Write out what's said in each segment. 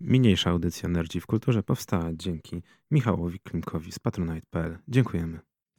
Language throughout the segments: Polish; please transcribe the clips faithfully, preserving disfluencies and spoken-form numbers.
Mniejsza audycja Nerdzi w Kulturze powstała dzięki Michałowi Klimkowi z patronite kropka p l. Dziękujemy.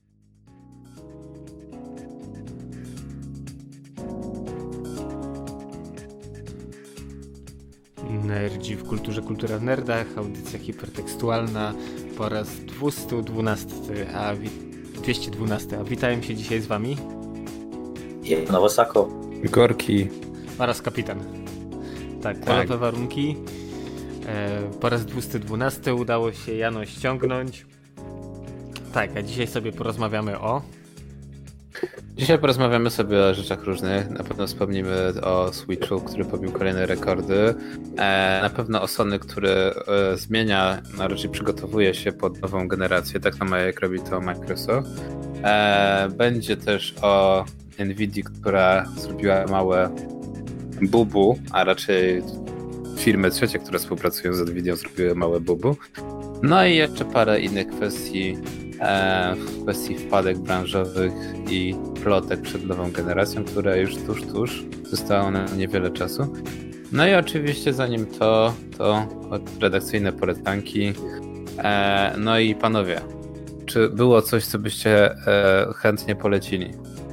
Nerdzi w Kulturze, Kultura w Nerdach, audycja hipertekstualna po raz dwieście dwanaście, a wi- dwieście dwanaście, a witają się dzisiaj z wami Nowosako, Gorki oraz kapitan. Tak, Tak. polowe warunki. E, po raz dwieście dwanaście udało się Jano ściągnąć. Tak, a dzisiaj sobie porozmawiamy o... Dzisiaj porozmawiamy sobie o rzeczach różnych. Na pewno wspomnimy o Switchu, który pobił kolejne rekordy. E, na pewno o Sony, który e, zmienia, no raczej przygotowuje się pod nową generację, tak samo jak robi to Microsoft. E, będzie też o Nvidia, która zrobiła małe bubu, a raczej firmy trzecie, które współpracują z Nvidią, zrobiły małe bubu. No i jeszcze parę innych kwestii, e, w kwestii wpadek branżowych i plotek przed nową generacją, które już tuż, tuż zostało na niewiele czasu. No i oczywiście zanim to, to redakcyjne polecanki. E, no i panowie, czy było coś, co byście e, chętnie polecili?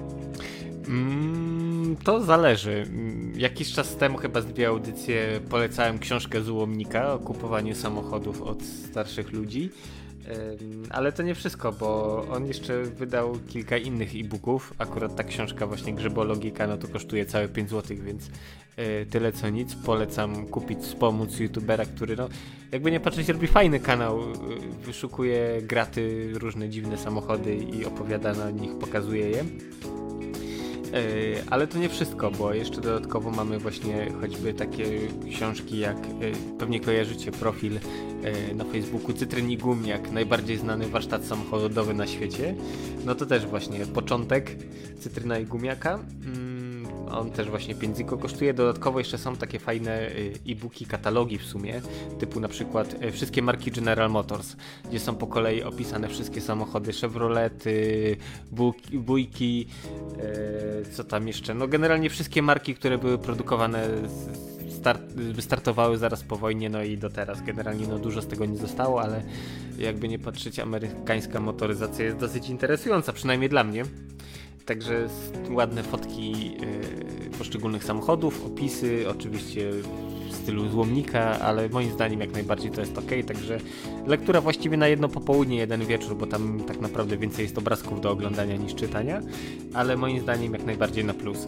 Mm, to zależy. Jakiś czas temu, chyba z dwie audycje, polecałem książkę Złomnika o kupowaniu samochodów od starszych ludzi. Ale to nie wszystko, bo on jeszcze wydał kilka innych e-booków. Akurat ta książka właśnie Grzybologika, no to kosztuje całe pięć złotych, więc tyle co nic. Polecam kupić, wspomóc youtubera, który no jakby nie patrzeć robi fajny kanał, wyszukuje graty, różne dziwne samochody i opowiada na nich, pokazuje je. Ale to nie wszystko, bo jeszcze dodatkowo mamy właśnie choćby takie książki jak, pewnie kojarzycie profil na Facebooku Cytryn i Gumiak, najbardziej znany warsztat samochodowy na świecie. No to też właśnie początek Cytryna i Gumiaka. On też właśnie pięć ziko kosztuje. Dodatkowo jeszcze są takie fajne e-booki, katalogi w sumie, typu na przykład wszystkie marki General Motors, gdzie są po kolei opisane wszystkie samochody, Chevrolety, Bujki, co tam jeszcze, no generalnie wszystkie marki, które były produkowane, start, wystartowały zaraz po wojnie, no i do teraz generalnie no dużo z tego nie zostało, ale jakby nie patrzeć, amerykańska motoryzacja jest dosyć interesująca, przynajmniej dla mnie. Także ładne fotki yy, poszczególnych samochodów, opisy, oczywiście w stylu Złomnika, ale moim zdaniem jak najbardziej to jest ok, także lektura właściwie na jedno popołudnie, jeden wieczór, bo tam tak naprawdę więcej jest obrazków do oglądania niż czytania, ale moim zdaniem jak najbardziej na plus.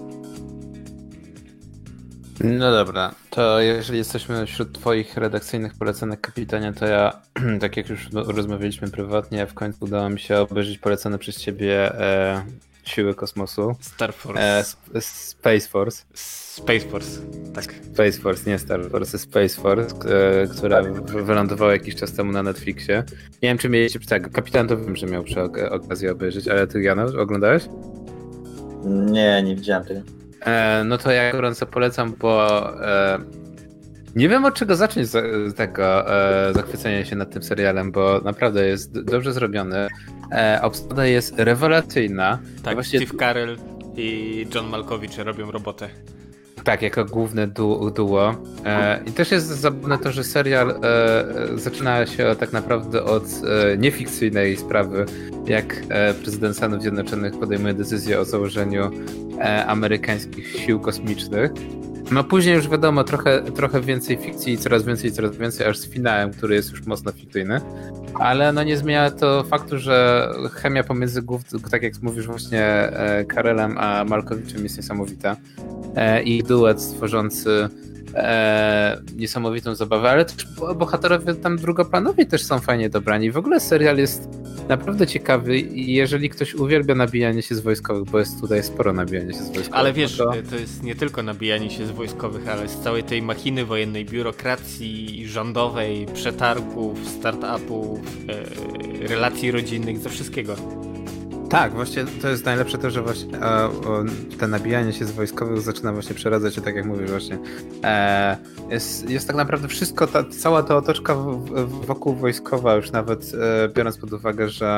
No dobra, to jeżeli jesteśmy wśród twoich redakcyjnych polecanek, kapitanie, to ja, tak jak już rozmawialiśmy prywatnie, w końcu udało mi się obejrzeć polecane przez ciebie e, Siły Kosmosu. Star Force. E, sp- Space Force. Space Force, tak. Space Force, nie Star Force, Space Force, e, która w- wylądowała jakiś czas temu na Netflixie. Nie wiem, czy mieliście, tak, kapitan to wiem, że miał przy ok- okazję obejrzeć, ale ty, Janusz, oglądałeś? Nie, nie widziałem tego. E, no to ja gorąco polecam, bo e, nie wiem od czego zacząć z tego e, zachwycenia się nad tym serialem, bo naprawdę jest d- dobrze zrobiony. E, obsada jest rewelacyjna. Tak, Właściwie, Steve Carell i John Malkovich robią robotę. tak, jako główne du- duo. E, I też jest zabawne to, że serial e, zaczyna się tak naprawdę od e, niefikcyjnej sprawy, jak e, prezydent Stanów Zjednoczonych podejmuje decyzję o założeniu e, amerykańskich sił kosmicznych. No później już wiadomo, trochę, trochę więcej fikcji, coraz więcej, coraz więcej, aż z finałem, który jest już mocno fikcyjny. Ale no nie zmienia to faktu, że chemia pomiędzy głów, tak jak mówisz właśnie e, Karelem a Malkowiczem jest niesamowita. E, ich duet stworzący e, niesamowitą zabawę, ale też bohaterowie tam drugoplanowi też są fajnie dobrani. W ogóle serial jest naprawdę ciekawy i jeżeli ktoś uwielbia nabijanie się z wojskowych, bo jest tutaj sporo nabijania się z wojskowych. Ale wiesz, to... to jest nie tylko nabijanie się z wojskowych, ale z całej tej machiny wojennej, biurokracji rządowej, przetargów, startupów, e, relacji rodzinnych, ze wszystkiego. Tak, właśnie to jest najlepsze to, że właśnie e, o, te nabijanie się z wojskowych zaczyna właśnie przeradzać się, tak jak mówisz właśnie. E, jest, jest tak naprawdę wszystko, ta, cała ta otoczka w, w, wokół wojskowa, już nawet e, biorąc pod uwagę, że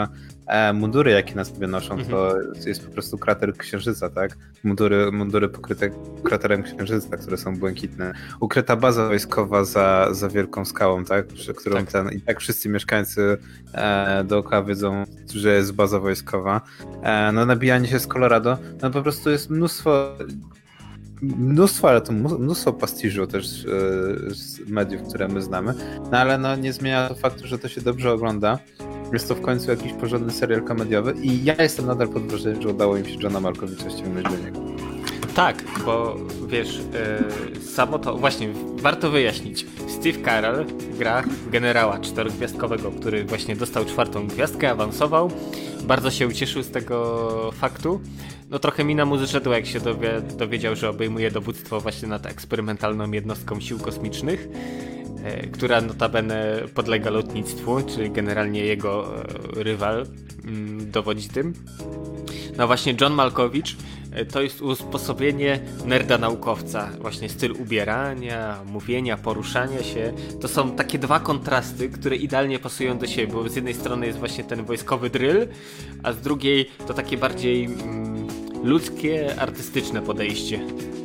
e, mundury, jakie na sobie noszą, Mhm. to jest po prostu krater księżyca, tak? Mundury, mundury pokryte kraterem księżyca, które są błękitne. Ukryta baza wojskowa za, za wielką skałą, tak? Przy którą Tak. ten, i tak wszyscy mieszkańcy e, dookoła wiedzą, że jest baza wojskowa. E, no nabijanie się z Colorado, no po prostu jest mnóstwo mnóstwo, ale to mnóstwo pastiżu też e, z mediów, które my znamy, no ale no nie zmienia to faktu, że to się dobrze ogląda. Jest to w końcu jakiś porządny serial komediowy i ja jestem nadal pod wrażeniem, że udało im się Johna Malkovicza ściągnąć do niego. Tak, bo wiesz, yy, samo to, właśnie warto wyjaśnić. Steve Carell gra generała czterogwiazdkowego, który właśnie dostał czwartą gwiazdkę, awansował. Bardzo się ucieszył z tego faktu. No trochę mina mu zrzedła, jak się dowie, dowiedział, że obejmuje dowództwo właśnie nad eksperymentalną jednostką sił kosmicznych, yy, która notabene podlega lotnictwu, czyli generalnie jego yy, rywal yy, dowodzi tym. No właśnie John Malkovich to jest usposobienie nerda naukowca. Właśnie styl ubierania, mówienia, poruszania się. To są takie dwa kontrasty, które idealnie pasują do siebie, bo z jednej strony jest właśnie ten wojskowy drill, a z drugiej to takie bardziej mm, ludzkie, artystyczne podejście.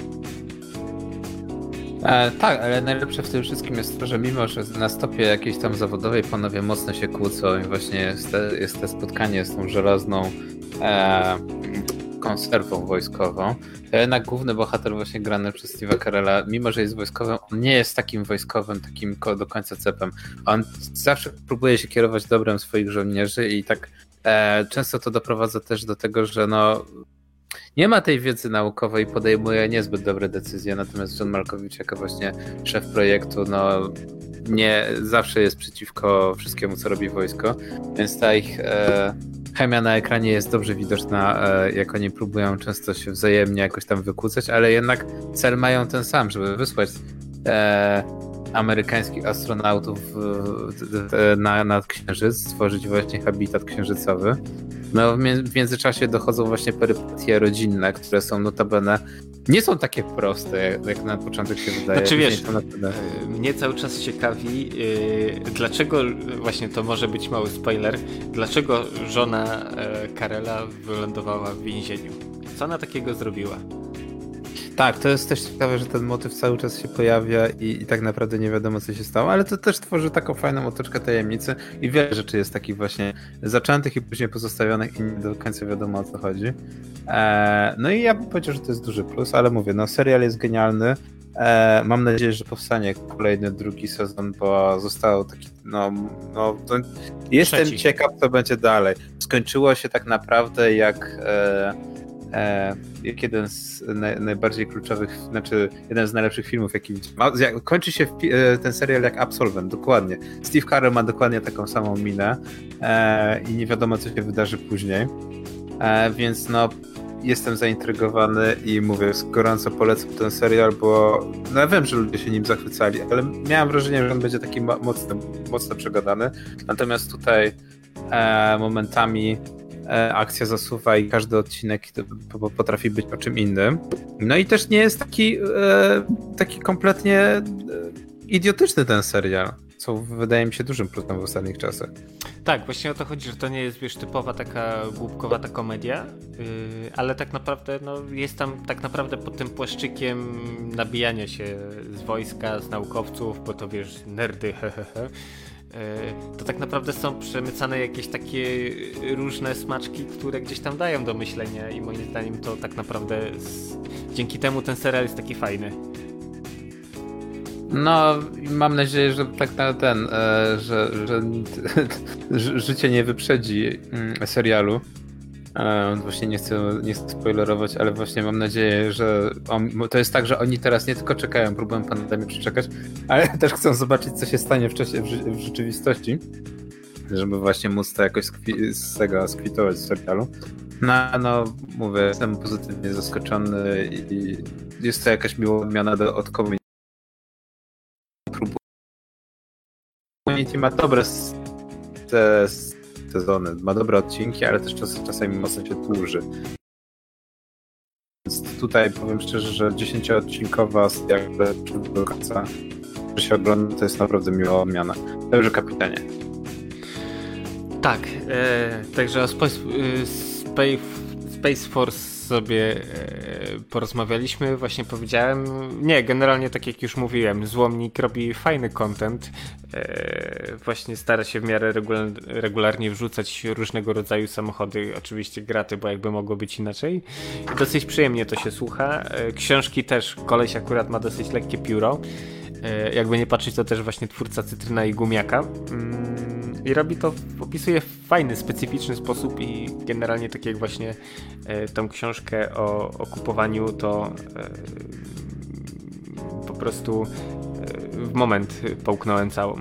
E, tak, ale najlepsze w tym wszystkim jest to, że mimo, że na stopie jakiejś tam zawodowej panowie mocno się kłócą i właśnie jest te, jest te spotkanie z tą żelazną e, konserwą wojskową, to jednak główny bohater właśnie grany przez Steve'a Carella, mimo że jest wojskowym, on nie jest takim wojskowym, takim do końca cepem. On zawsze próbuje się kierować dobrem swoich żołnierzy i tak e, często to doprowadza też do tego, że no nie ma tej wiedzy naukowej, podejmuje niezbyt dobre decyzje, natomiast John Malkovich jako właśnie szef projektu, no nie zawsze jest przeciwko wszystkiemu, co robi wojsko, więc ta ich e, chemia na ekranie jest dobrze widoczna, e, jak oni próbują często się wzajemnie jakoś tam wykłócać, ale jednak cel mają ten sam, żeby wysłać e, amerykańskich astronautów e, na, na Księżyc, stworzyć właśnie habitat księżycowy. No w międzyczasie dochodzą właśnie perypetie rodzinne, które są notabene nie są takie proste, jak na początek się wydaje. Znaczy wiesz, naprawdę... mnie cały czas ciekawi, yy, dlaczego, właśnie to może być mały spoiler, dlaczego żona yy, Carella wylądowała w więzieniu? Co ona takiego zrobiła? Tak, to jest też ciekawe, że ten motyw cały czas się pojawia i, i tak naprawdę nie wiadomo, co się stało, ale to też tworzy taką fajną otoczkę tajemnicy i wiele rzeczy jest takich właśnie zaczętych i później pozostawionych i nie do końca wiadomo, o co chodzi. Eee, no i ja bym powiedział, że to jest duży plus, ale mówię, no serial jest genialny. Eee, mam nadzieję, że powstanie kolejny, drugi sezon, bo został taki, no, no to jestem Trzeci. ciekaw, co będzie dalej. Skończyło się tak naprawdę jak... E, E, jak jeden z naj, najbardziej kluczowych, znaczy jeden z najlepszych filmów, jaki widziałem. Kończy się e, ten serial jak Absolwent, dokładnie. Steve Carell ma dokładnie taką samą minę e, i nie wiadomo, co się wydarzy później. E, więc no, jestem zaintrygowany i mówię, gorąco polecam ten serial, bo no, ja wiem, że ludzie się nim zachwycali, ale miałem wrażenie, że on będzie taki mocno, mocno przegadany. Natomiast tutaj e, momentami akcja zasuwa i każdy odcinek potrafi być o czym innym. No i też nie jest taki, taki kompletnie idiotyczny ten serial, co wydaje mi się dużym plusem w ostatnich czasach. Tak, właśnie o to chodzi, że to nie jest, wiesz, typowa taka głupkowata komedia, yy, ale tak naprawdę no, jest tam tak naprawdę pod tym płaszczykiem nabijania się z wojska, z naukowców, bo to wiesz, nerdy, hehehe. To tak naprawdę są przemycane jakieś takie różne smaczki, które gdzieś tam dają do myślenia i moim zdaniem to tak naprawdę z... dzięki temu ten serial jest taki fajny. No, mam nadzieję, że tak na ten, że, że życie nie wyprzedzi serialu. Właśnie nie chcę, nie chcę spoilerować, ale właśnie mam nadzieję, że on, to jest tak, że oni teraz nie tylko czekają, próbują pandemię przeczekać, ale też chcą zobaczyć, co się stanie w czasie, w, w rzeczywistości, żeby właśnie móc to jakoś skwi, z tego skwitować z serialu. No, no, mówię, jestem pozytywnie zaskoczony i jest to jakaś miła odmiana do, od community. Community ma dobre te sezony, ma dobre odcinki, ale też czas, czasami mocno się dłuży. Więc tutaj powiem szczerze, że dziesięcioodcinkowa seria do końca, że się ogląda, to jest naprawdę miła odmiana. Dobrze, kapitanie. Tak, e, także o Space, Space, Space Force sobie e, porozmawialiśmy, właśnie powiedziałem, nie, generalnie tak jak już mówiłem, Złomnik robi fajny content, e, właśnie stara się w miarę regular, regularnie wrzucać różnego rodzaju samochody, oczywiście graty, bo jakby mogło być inaczej. Dosyć przyjemnie to się słucha, e, książki też, koleś akurat ma dosyć lekkie pióro, e, jakby nie patrzeć, to też właśnie twórca Cytryna i Gumiaka. Mm. I robi to, opisuje w fajny, specyficzny sposób i generalnie tak jak właśnie e, tą książkę o, o kupowaniu, to e, po prostu e, w moment połknąłem całą.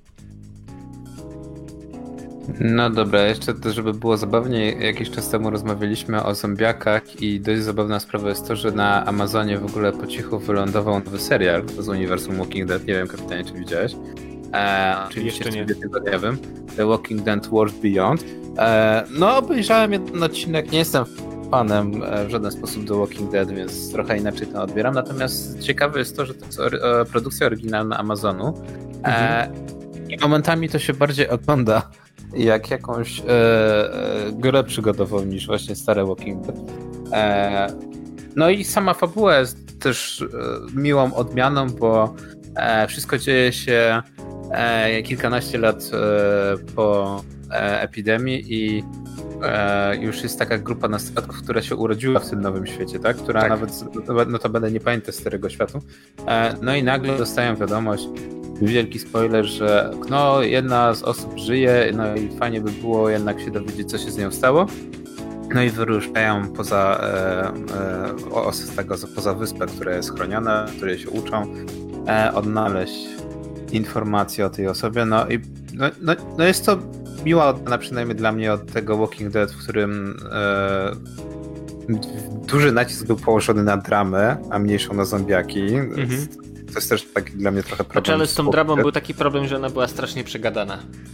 No dobra, jeszcze to, żeby było zabawnie, jakiś czas temu rozmawialiśmy o zombiakach i dość zabawna sprawa jest to, że na Amazonie w ogóle po cichu wylądował nowy serial z uniwersum Walking Dead, nie wiem kapitanie czy widziałeś. E, oczywiście Jeszcze nie. w tygodniowym The Walking Dead World Beyond. E, no obejrzałem jeden odcinek, nie jestem fanem e, w żaden sposób The Walking Dead, więc trochę inaczej to odbieram, natomiast ciekawe jest to, że to jest or, e, produkcja oryginalna Amazonu e, mhm. i momentami to się bardziej ogląda jak jakąś e, e, grę przygodową niż właśnie stare Walking Dead. E, no i sama fabuła jest też e, miłą odmianą, bo e, wszystko dzieje się E, kilkanaście lat e, po e, epidemii i e, już jest taka grupa nastolatków, która się urodziła w tym nowym świecie, tak? Która tak. nawet, no to będę nie pamiętać starego światu. E, no i nagle dostają wiadomość, wielki spoiler, że no jedna z osób żyje, no i fajnie by było jednak się dowiedzieć, co się z nią stało. No i wyruszają poza, e, e, os, tego, poza wyspę, która jest chroniona, w której się uczą e, odnaleźć informacje o tej osobie, no i no, no, no jest to miła odmiana przynajmniej dla mnie od tego Walking Dead, w którym e, duży nacisk był położony na dramę, a mniejszą na zombiaki. Mm-hmm. To jest też taki dla mnie trochę problem. Znaczy, ale z tą dramą był taki problem, że ona była strasznie przegadana.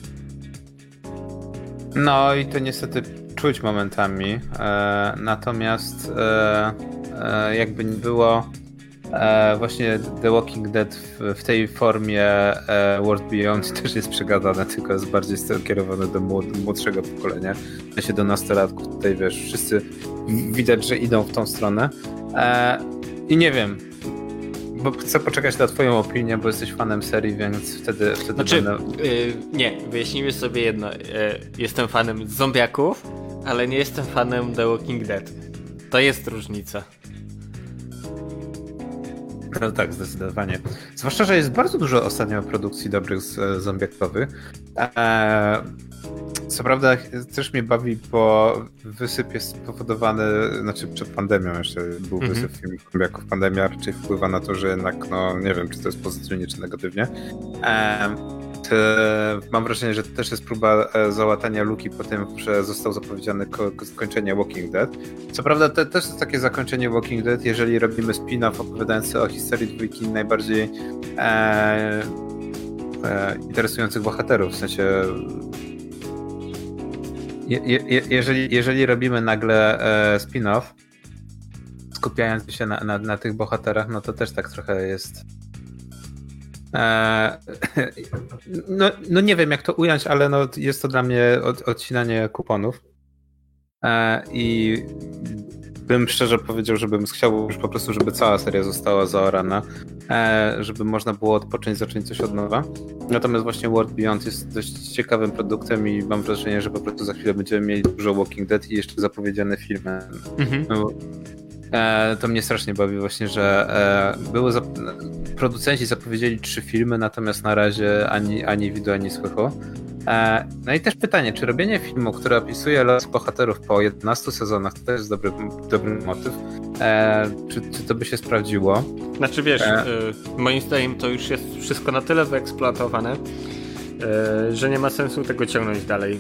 No i to niestety czuć momentami, e, natomiast e, e, jakby nie było E, właśnie The Walking Dead w, w tej formie e, World Beyond też jest przegadane, tylko jest bardziej skierowane do młod, młodszego pokolenia, w sensie do nastolatków. Tutaj wiesz, wszyscy widać, że idą w tą stronę e, i nie wiem, bo chcę poczekać na twoją opinię, bo jesteś fanem serii, więc wtedy, wtedy znaczy, będę... Yy, nie, wyjaśnijmy sobie jedno. Yy, jestem fanem zombiaków, ale nie jestem fanem The Walking Dead. To jest różnica. No tak, zdecydowanie. Zwłaszcza, że jest bardzo dużo ostatnio produkcji dobrych z, zombiakowych. Eee, co prawda też mnie bawi, bo wysyp jest spowodowany, znaczy przed pandemią jeszcze był mm-hmm. wysyp filmów zombiaków. Pandemia raczej wpływa na to, że jednak, no nie wiem, czy to jest pozytywnie, czy negatywnie. Eee, mam wrażenie, że to też jest próba załatania luki po tym, że został zapowiedziane ko- skończenie Walking Dead. Co prawda to też jest takie zakończenie Walking Dead, jeżeli robimy spin-off opowiadający o historii dwójki najbardziej e, e, interesujących bohaterów, w sensie je, je, jeżeli, jeżeli robimy nagle e, spin-off skupiając się na, na, na tych bohaterach, no to też tak trochę jest. No, no nie wiem jak to ująć, ale no jest to dla mnie od, odcinanie kuponów i bym szczerze powiedział, żebym chciał już po prostu, żeby cała seria została zaorana, żeby można było odpocząć, zacząć coś od nowa. Natomiast właśnie World Beyond jest dość ciekawym produktem i mam wrażenie, że po prostu za chwilę będziemy mieli dużo Walking Dead i jeszcze zapowiedziane filmy. Mhm. No, E, to mnie strasznie bawi właśnie, że e, były zap- producenci zapowiedzieli trzy filmy, natomiast na razie ani, ani widu, ani słychu. E, no i też pytanie, czy robienie filmu, który opisuje los bohaterów po jedenastu sezonach, to też jest dobry, dobry motyw, e, czy, czy to by się sprawdziło? Znaczy wiesz, e... y, moim zdaniem to już jest wszystko na tyle wyeksploatowane, y, że nie ma sensu tego ciągnąć dalej.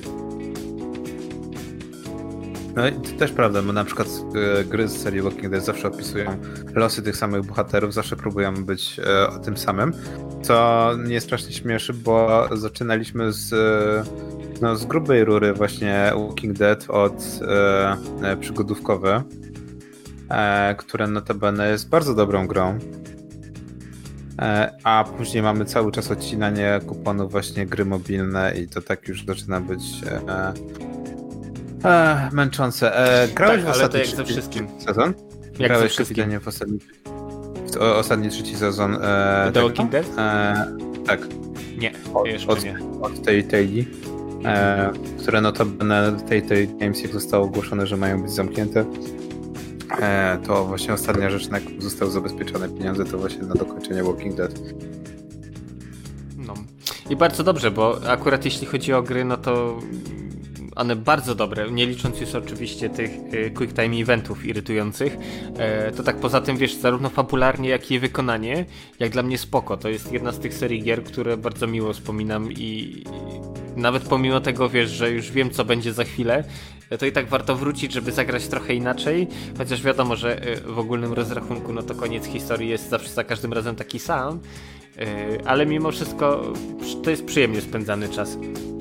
No i to też prawda, bo na przykład e, gry z serii Walking Dead zawsze opisują losy tych samych bohaterów, zawsze próbują być e, o tym samym, co mnie strasznie śmieszy, bo zaczynaliśmy z, e, no, z grubej rury właśnie Walking Dead od e, e, przygodówkowe, e, które notabene jest bardzo dobrą grą. a później mamy cały czas odcinanie kuponów właśnie gry mobilne i to tak już zaczyna być e, e, męczące. E, grałeś tak, w ale to ostatni jak ze wszystkim. sezon? Jak grałeś ze wszystkim. kapitanie w ostatni, w o, ostatni trzeci sezon e, The Walking Dead? E, tak. Nie, Od, jeszcze od, nie. od tej tej e, które notabene tej tej Games, jak zostało ogłoszone, że mają być zamknięte, e, to właśnie ostatnia rzecz, na jaką zostały zabezpieczone pieniądze, to właśnie na dokończenie Walking Dead. No. I bardzo dobrze, bo akurat jeśli chodzi o gry, no to one bardzo dobre, nie licząc już oczywiście tych y, quick time eventów irytujących, e, to tak poza tym, wiesz, zarówno fabularnie, jak i wykonanie, jak dla mnie spoko. To jest jedna z tych serii gier, które bardzo miło wspominam i nawet pomimo tego, wiesz, że już wiem, co będzie za chwilę, to i tak warto wrócić, żeby zagrać trochę inaczej, chociaż wiadomo, że w ogólnym rozrachunku, no to koniec historii jest zawsze za każdym razem taki sam, ale mimo wszystko to jest przyjemnie spędzany czas.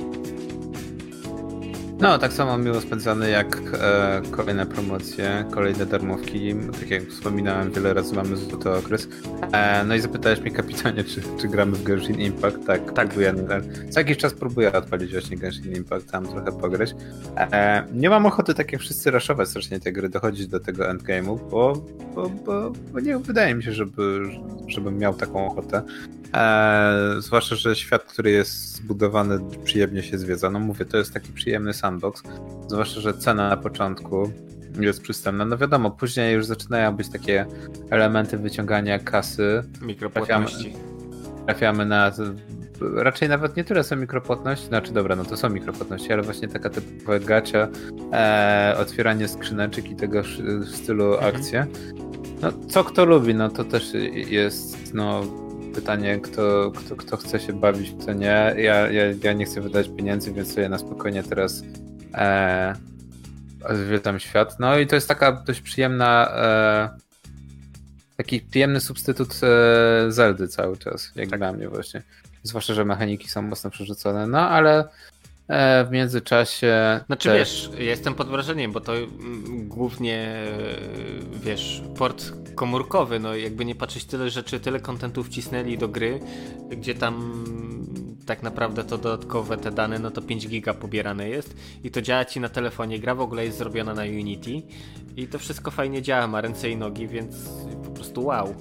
No, tak samo miło spędzany jak e, kolejne promocje, kolejne darmówki. Tak jak wspominałem, wiele razy mamy złoty okres. E, no i zapytałeś mnie, kapitanie, czy, czy gramy w Genshin Impact? Tak, tak. Próbuję. Co jakiś czas próbuję odpalić właśnie Genshin Impact, tam trochę pograć. E, nie mam ochoty, tak jak wszyscy, raszować strasznie te gry, dochodzić do tego endgame'u, bo, bo, bo, bo nie wydaje mi się, żeby, żebym miał taką ochotę. E, zwłaszcza, że świat, który jest zbudowany, przyjemnie się zwiedza. No mówię, to jest taki przyjemny sandbox. Zwłaszcza, że cena na początku jest przystępna. No wiadomo, później już zaczynają być takie elementy wyciągania kasy. Mikropłatności. Trafiamy, trafiamy na... Raczej nawet nie tyle są mikropłatności, znaczy dobra, no to są mikropłatności, ale właśnie taka typowa gacia, e, otwieranie skrzyneczek i tego w stylu mhm. akcje. No co kto lubi, no to też jest no pytanie, kto, kto, kto chce się bawić, kto nie. Ja, ja, ja nie chcę wydać pieniędzy, więc sobie na spokojnie teraz e, zwiedzam świat. No i to jest taka dość przyjemna e, taki przyjemny substytut e, Zeldy cały czas, jak tak. Dla mnie właśnie. Zwłaszcza, że mechaniki są mocno przerzucone, no ale w międzyczasie... Znaczy też... wiesz, ja jestem pod wrażeniem, bo to głównie, wiesz, port komórkowy, no jakby nie patrzeć, tyle rzeczy, tyle kontentu wcisnęli do gry, gdzie tam tak naprawdę to dodatkowe te dane, no to pięć giga pobierane jest i to działa ci na telefonie, gra w ogóle jest zrobiona na Unity i to wszystko fajnie działa, ma ręce i nogi, więc po prostu wow.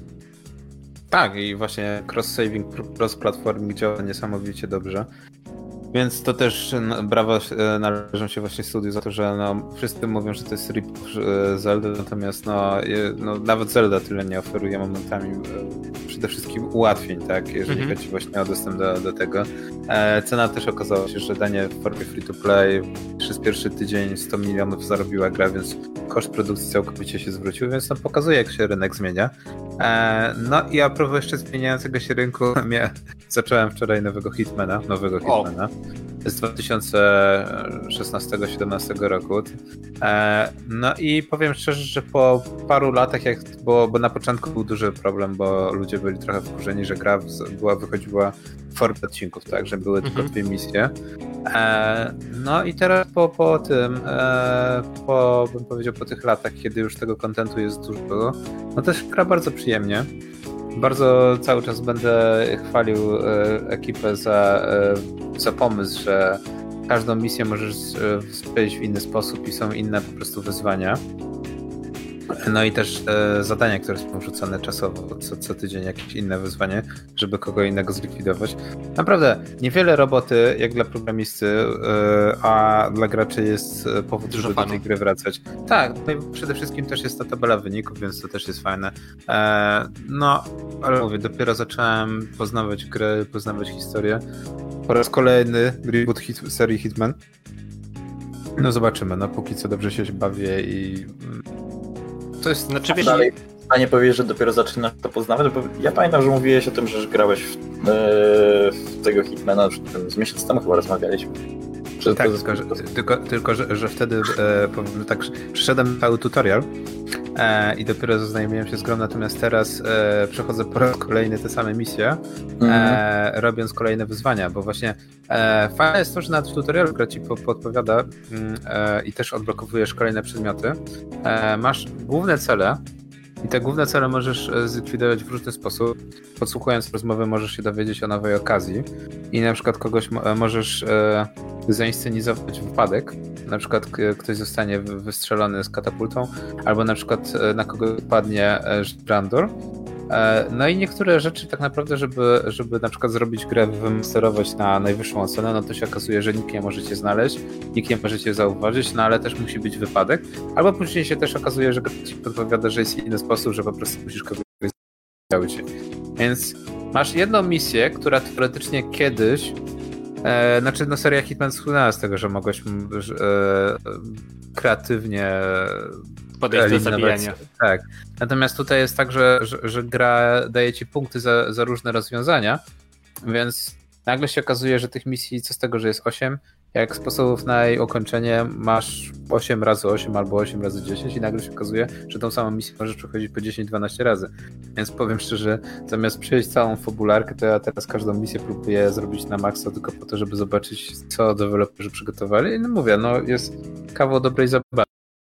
Tak, i właśnie cross-saving, cross-platforming działa niesamowicie dobrze. Więc to też no, brawa należą się właśnie studiu za to, że no, wszyscy mówią, że to jest rip Zelda, natomiast no, je, no, nawet Zelda tyle nie oferuje momentami e, przede wszystkim ułatwień, tak, jeżeli mm-hmm. chodzi właśnie o dostęp do, do tego. E, cena też okazała się, że danie w formie free to play przez pierwszy tydzień sto milionów zarobiła gra, więc koszt produkcji całkowicie się zwrócił, więc no, pokazuje, jak się rynek zmienia. E, no i a propos jeszcze zmieniającego się rynku, ja zacząłem wczoraj nowego Hitmana, nowego Hitmana. O. Z dwa tysiące szesnastego siedemnastego roku. E, no i powiem szczerze, że po paru latach, jak, bo, bo na początku był duży problem, bo ludzie byli trochę wkurzeni, że gra była, wychodziła w formie odcinków, tak, że były tylko dwie misje. E, no i teraz po, po tym, e, po, bym powiedział, po tych latach, kiedy już tego kontentu jest dużo, no też gra bardzo przyjemnie. Bardzo cały czas będę chwalił e, ekipę za, e, za pomysł, że każdą misję możesz przejść w inny sposób i są inne po prostu wyzwania. No i też e, zadania, które są wrzucane czasowo, co, co tydzień jakieś inne wyzwanie, żeby kogo innego zlikwidować. Naprawdę niewiele roboty, jak dla programisty, e, a dla graczy jest powód, żeby do tej gry wracać. Tak, no i przede wszystkim też jest ta tabela wyników, więc to też jest fajne. E, no, ale mówię, dopiero zacząłem poznawać grę, poznawać historię. Po raz kolejny reboot hit, serii Hitman. No zobaczymy, no póki co dobrze się bawię i to jest... Znaczy, wiesz, dalej w stanie powiedzieć, że dopiero zaczynasz to poznawać, bo ja pamiętam, że mówiłeś o tym, że grałeś w, yy, w tego Hitmana, z miesiąc temu chyba rozmawialiśmy. Że tak, to... tylko, że, tylko, tylko że, że wtedy e, powiem, że tak, przyszedłem cały tutorial e, i dopiero zaznajomiłem się z grą, natomiast teraz e, przechodzę po raz kolejny te same misje, mm. e, robiąc kolejne wyzwania, bo właśnie e, fajne jest to, że nawet w tutorialu gra ci po, podpowiada e, i też odblokowujesz kolejne przedmioty. E, masz główne cele, I te główne cele możesz zlikwidować w różny sposób. Podsłuchując rozmowy możesz się dowiedzieć o nowej okazji i na przykład kogoś możesz e, zainscenizować wypadek. Na przykład ktoś zostanie wystrzelony z katapultą, albo na przykład na kogo padnie Brandor. No i niektóre rzeczy tak naprawdę, żeby, żeby na przykład zrobić grę, wymasterować na najwyższą ocenę, no to się okazuje, że nikt nie może cię znaleźć, nikt nie może cię zauważyć, no ale też musi być wypadek. Albo później się też okazuje, że gra ci podpowiada, że jest inny sposób, że po prostu musisz kogoś znaleźć. Więc masz jedną misję, która teoretycznie kiedyś E, znaczy, no seria Hitman słynęła z tego, że mogłeś e, kreatywnie podejść do zabijania. Tak. Natomiast tutaj jest tak, że, że, że gra daje ci punkty za, za różne rozwiązania, więc nagle się okazuje, że tych misji, co z tego, że jest osiem, jak sposobów na jej ukończenie masz osiem razy osiem albo osiem razy dziesięć i nagle się okazuje, że tą samą misję możesz przechodzić po dziesięć dwanaście razy. Więc powiem szczerze, zamiast przejść całą fabularkę, to ja teraz każdą misję próbuję zrobić na maksa tylko po to, żeby zobaczyć, co deweloperzy przygotowali. I no mówię, no jest kawał dobrej zabawy.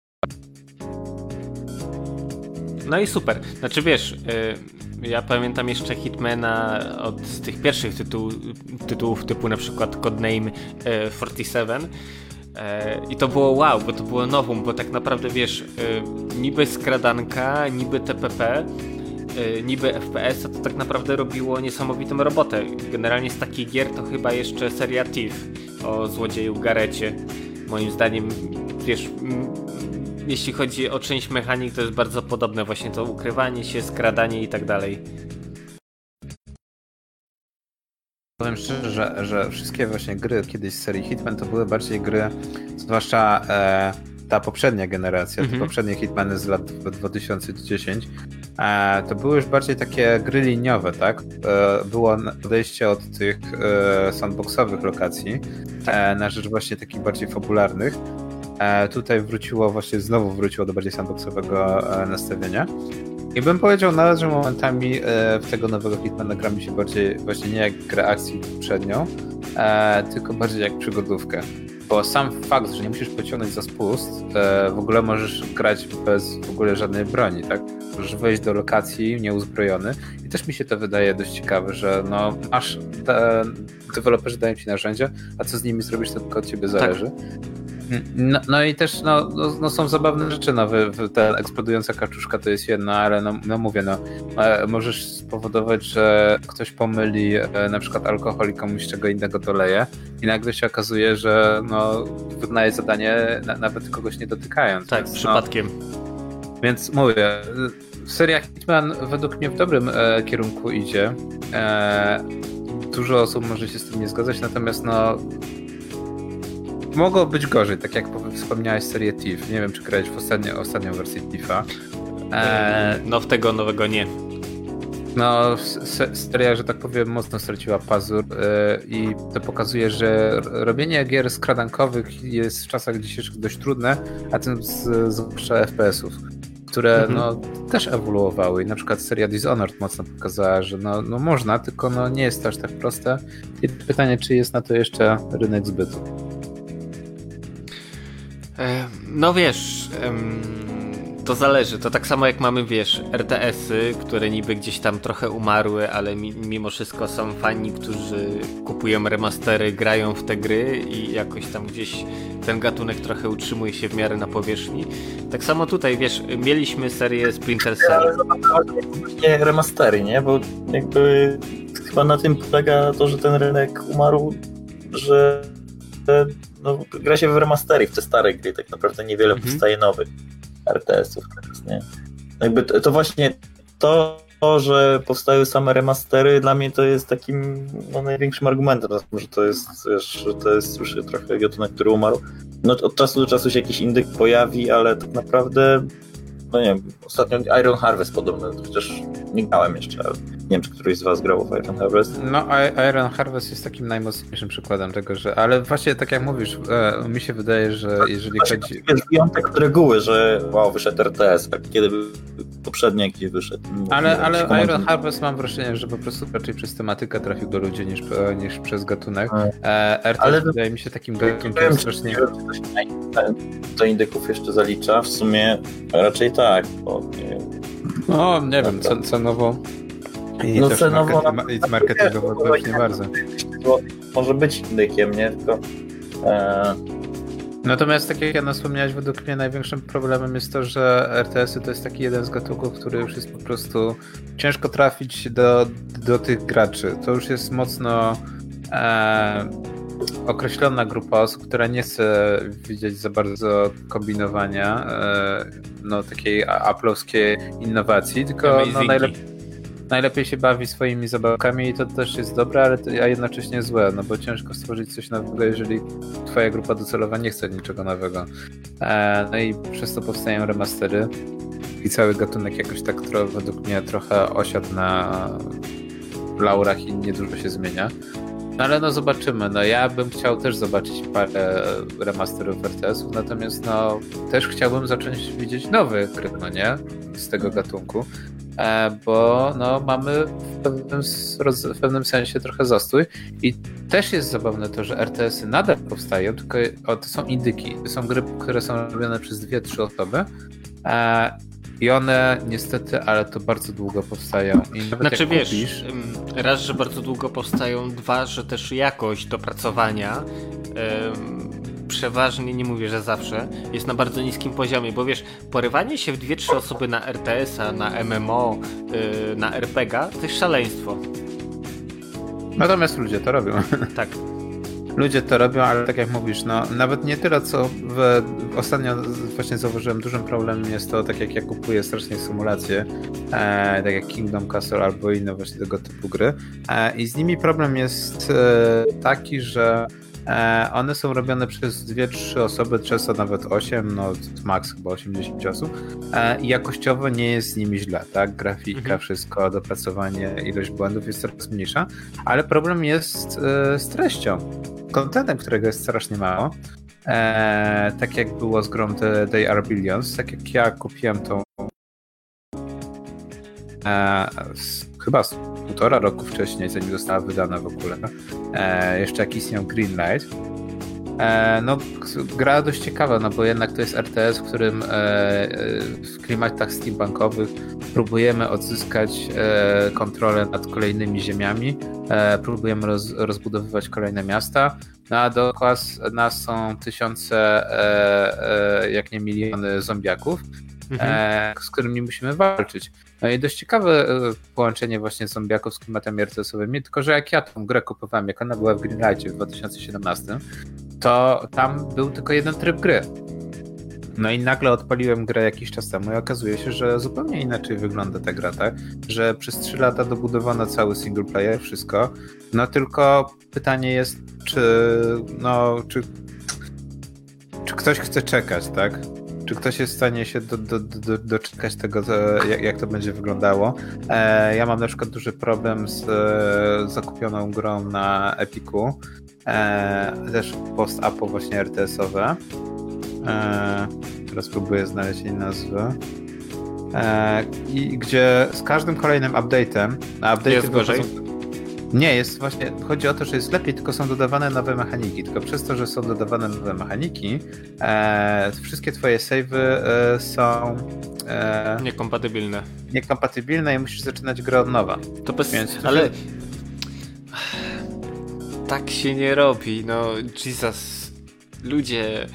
No i super. Znaczy wiesz, yy, ja pamiętam jeszcze Hitmana od z tych pierwszych tytuł, tytułów typu na przykład Codename yy, czterdzieści siedem yy, i to było wow, bo to było nowum, bo tak naprawdę wiesz, yy, niby skradanka, niby T P P, yy, niby F P S, a to tak naprawdę robiło niesamowitą robotę. Generalnie z takich gier to chyba jeszcze seria Thief o złodzieju Garecie. Moim zdaniem, wiesz... M- Jeśli chodzi o część mechanik, to jest bardzo podobne, właśnie to ukrywanie się, skradanie i tak dalej. Powiem szczerze, że, że wszystkie właśnie gry kiedyś z serii Hitman to były bardziej gry, zwłaszcza e, ta poprzednia generacja, mm-hmm. te poprzednie Hitmany z lat dwa tysiące dziesiątego, e, to były już bardziej takie gry liniowe, tak? E, było odejście od tych e, sandboxowych lokacji e, na rzecz właśnie takich bardziej fabularnych. E, tutaj wróciło, właśnie znowu wróciło do bardziej sandboxowego e, nastawienia. I bym powiedział nawet, że momentami e, w tego nowego Hitmana gra mi się bardziej właśnie nie jak grę akcji poprzednią, e, tylko bardziej jak przygodówkę. Bo sam fakt, że nie musisz pociągnąć za spust, e, w ogóle możesz grać bez w ogóle żadnej broni, tak? Możesz wejść do lokacji nieuzbrojony i też mi się to wydaje dość ciekawe, że no masz, de, deweloperzy dają ci narzędzia, a co z nimi zrobisz, to tylko od ciebie zależy. Tak. No, no i też no, no, no są zabawne rzeczy, no, ta eksplodująca kaczuszka to jest jedna, ale no, no mówię, no możesz spowodować, że ktoś pomyli e, na przykład alkohol i komuś czego innego doleje i nagle się okazuje, że no wykonaje zadanie na, nawet kogoś nie dotykając. Tak, więc, przypadkiem. No, więc mówię, seria Hitman według mnie w dobrym e, kierunku idzie. E, dużo osób może się z tym nie zgadzać, natomiast no mogło być gorzej, tak jak wspomniałeś serię Thief. Nie wiem, czy grałeś w ostatnio, ostatnią wersję Thiefa. Eee, no w tego nowego nie. No seria, że tak powiem, mocno straciła pazur yy, i to pokazuje, że robienie gier skradankowych jest w czasach dzisiejszych dość trudne, a tym zwłaszcza F P S-ów, które mhm. no, też ewoluowały i na przykład seria Dishonored mocno pokazała, że no, no można, tylko no, nie jest to aż tak proste. I pytanie, czy jest na to jeszcze rynek zbytu. No wiesz, to zależy. To tak samo jak mamy, wiesz, R T S-y, które niby gdzieś tam trochę umarły, ale mimo wszystko są fani, którzy kupują remastery, grają w te gry i jakoś tam gdzieś ten gatunek trochę utrzymuje się w miarę na powierzchni. Tak samo tutaj, wiesz, mieliśmy serię Splinter Cell. Ale właśnie remastery, nie? Bo jakby chyba na tym polega to, że ten rynek umarł, że no, gra się w remastery, w te stare gry, tak naprawdę niewiele mhm. powstaje nowych R T S-ów teraz, nie? Jakby to, to właśnie to, że powstają same remastery, dla mnie to jest takim no, największym argumentem, że to jest, wiesz, że to jest już trochę gatunek, który umarł. No, od czasu do czasu się jakiś indyk pojawi, ale tak naprawdę no nie wiem, ostatnio Iron Harvest podobno, chociaż nie grałem jeszcze, ale nie wiem, czy któryś z was grał w Iron Harvest. No, Iron Harvest jest takim najmocniejszym przykładem tego, że, ale właśnie tak jak mówisz, e, mi się wydaje, że jeżeli właśnie chodzi... Jest wyjątek od reguły, że wow, wyszedł R T S, tak kiedy poprzednio jakiś wyszedł. Ale, ale Iron Harvest mam wrażenie, że po prostu raczej przez tematykę trafił do ludzi niż, niż przez gatunek. E, R T S ale wydaje mi się takim gatunkiem strasznie... Do indyków jeszcze zalicza, w sumie raczej tak, bo nie, No, nie wiem, cen, cenowo i No też cenowo market, i marketingowo to już nie bardzo. Może być indykiem, nie? Tylko... E... Natomiast tak jak Jana wspomniałeś, według mnie największym problemem jest to, że R T S-y to jest taki jeden z gatunków, który już jest po prostu ciężko trafić do, do tych graczy. To już jest mocno e, określona grupa osób, która nie chce widzieć za bardzo kombinowania, e, no takiej aplowskiej innowacji, tylko no, najlepiej Najlepiej się bawi swoimi zabawkami i to też jest dobre, ale to, a jednocześnie złe, no bo ciężko stworzyć coś nowego, jeżeli twoja grupa docelowa nie chce niczego nowego. E, no i przez to powstają remastery i cały gatunek jakoś tak tro, według mnie trochę osiadł na laurach i niedużo się zmienia. No ale no zobaczymy, no ja bym chciał też zobaczyć parę remasterów R T S-ów, natomiast no też chciałbym zacząć widzieć nowe gry, no nie? Z tego gatunku. Bo no, mamy w pewnym, w pewnym sensie trochę zastój i też jest zabawne to, że R T S-y nadal powstają, tylko o, to są indyki, to są gry, które są robione przez dwie, trzy osoby i one niestety, ale to bardzo długo powstają. I nawet znaczy jak wiesz, kupisz... raz, że bardzo długo powstają, dwa, że też jakość dopracowania ym, przeważnie, nie mówię, że zawsze, jest na bardzo niskim poziomie, bo wiesz, porywanie się w dwie, trzy osoby na R T S-a, na M M O, yy, na R P G-a, to jest szaleństwo. Natomiast ludzie to robią. Tak. Ludzie to robią, ale tak jak mówisz, no nawet nie tyle, co w, ostatnio właśnie zauważyłem, dużym problemem jest to, tak jak ja kupuję strasznie symulacje, e, tak jak Kingdom Castle albo inne właśnie tego typu gry e, i z nimi problem jest e, taki, że one są robione przez dwie, trzy osoby, często nawet osiem, no max chyba osiemdziesiąt osób i jakościowo nie jest z nimi źle, tak? Grafika, mhm. wszystko, dopracowanie, ilość błędów jest coraz mniejsza, ale problem jest z treścią, contentem, którego jest strasznie mało. E, tak jak było z grą The, They Are Billions, tak jak ja kupiłem tą e, z, chyba z półtora roku wcześniej, zanim została wydana w ogóle. E, jeszcze jak istniał Greenlight. E, no, gra dość ciekawa, no bo jednak to jest R T S, w którym e, w klimatach steampunkowych próbujemy odzyskać e, kontrolę nad kolejnymi ziemiami, e, próbujemy roz, rozbudowywać kolejne miasta, no a dookoła nas są tysiące, e, e, jak nie miliony zombiaków, mhm. e, z którymi musimy walczyć. No i dość ciekawe połączenie właśnie zombiaków z klimatami R T S-owymi, tylko że jak ja tą grę kupowałem, jak ona była w Greenlightie w dwa tysiące siedemnastym, to tam był tylko jeden tryb gry. No i nagle odpaliłem grę jakiś czas temu i okazuje się, że zupełnie inaczej wygląda ta gra, tak? Że przez trzy lata dobudowano cały single player, wszystko, no tylko pytanie jest, czy no, czy, czy ktoś chce czekać, tak? Czy ktoś jest w stanie się do, do, do, doczekać tego, jak, jak to będzie wyglądało? E, ja mam na przykład duży problem z e, zakupioną grą na Epiku, e, też post-apo właśnie R T S-owe. E, teraz próbuję znaleźć jej nazwę. E, I gdzie z każdym kolejnym update'em... update'y jest gorzej? Nie, jest właśnie, chodzi o to, że jest lepiej, tylko są dodawane nowe mechaniki. Tylko przez to, że są dodawane nowe mechaniki, e, wszystkie twoje save'y e, są e, niekompatybilne. Niekompatybilne i musisz zaczynać grę od nowa. To bez... Więc ale się... tak się nie robi, no Jesus. Ludzie...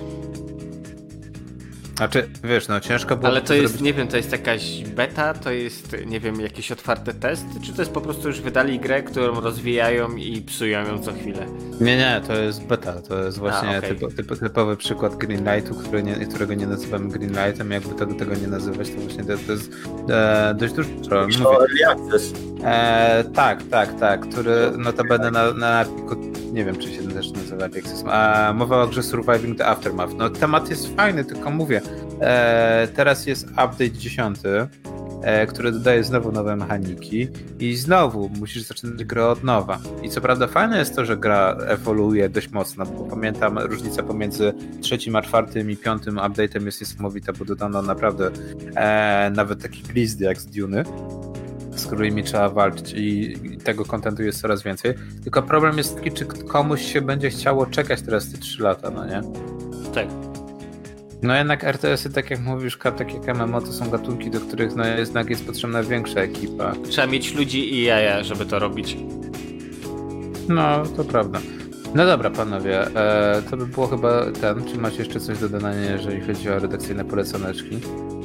Znaczy, wiesz, no ciężko było... Ale to jest, zrobić... nie wiem, to jest jakaś beta, to jest, nie wiem, jakieś otwarte testy, czy to jest po prostu już wydali grę, którą rozwijają i psują ją co chwilę? Nie, nie, to jest beta, to jest właśnie A, okay. typo, typo, typowy przykład Greenlightu, który nie, którego nie nazywamy Greenlightem, jakby tego, tego nie nazywać, to właśnie to, to jest e, dość duży problem. E, tak, tak, tak, który notabene na, na Epiku, nie wiem, czy się też nazywa Access. A mowa o grze Surviving the Aftermath. No temat jest fajny, tylko mówię, e, teraz jest update dziesiąty, e, który dodaje znowu nowe mechaniki i znowu musisz zaczynać grę od nowa. I co prawda fajne jest to, że gra ewoluuje dość mocno, bo pamiętam różnica pomiędzy trzecim, a czwartym i piątym update'em jest niesamowita, bo dodano naprawdę e, nawet taki glizdy jak z Duny, z którymi trzeba walczyć i tego kontentu jest coraz więcej. Tylko problem jest taki, czy komuś się będzie chciało czekać teraz te trzy lata, no nie? Tak. No jednak R T S-y, tak jak mówisz, tak jak M M O, to są gatunki, do których no, jednak jest potrzebna większa ekipa. Trzeba mieć ludzi i jaja, żeby to robić. No, to prawda. No dobra, panowie, e, to by było chyba ten. Czy macie jeszcze coś do dodania, jeżeli chodzi o redakcyjne poleconeczki?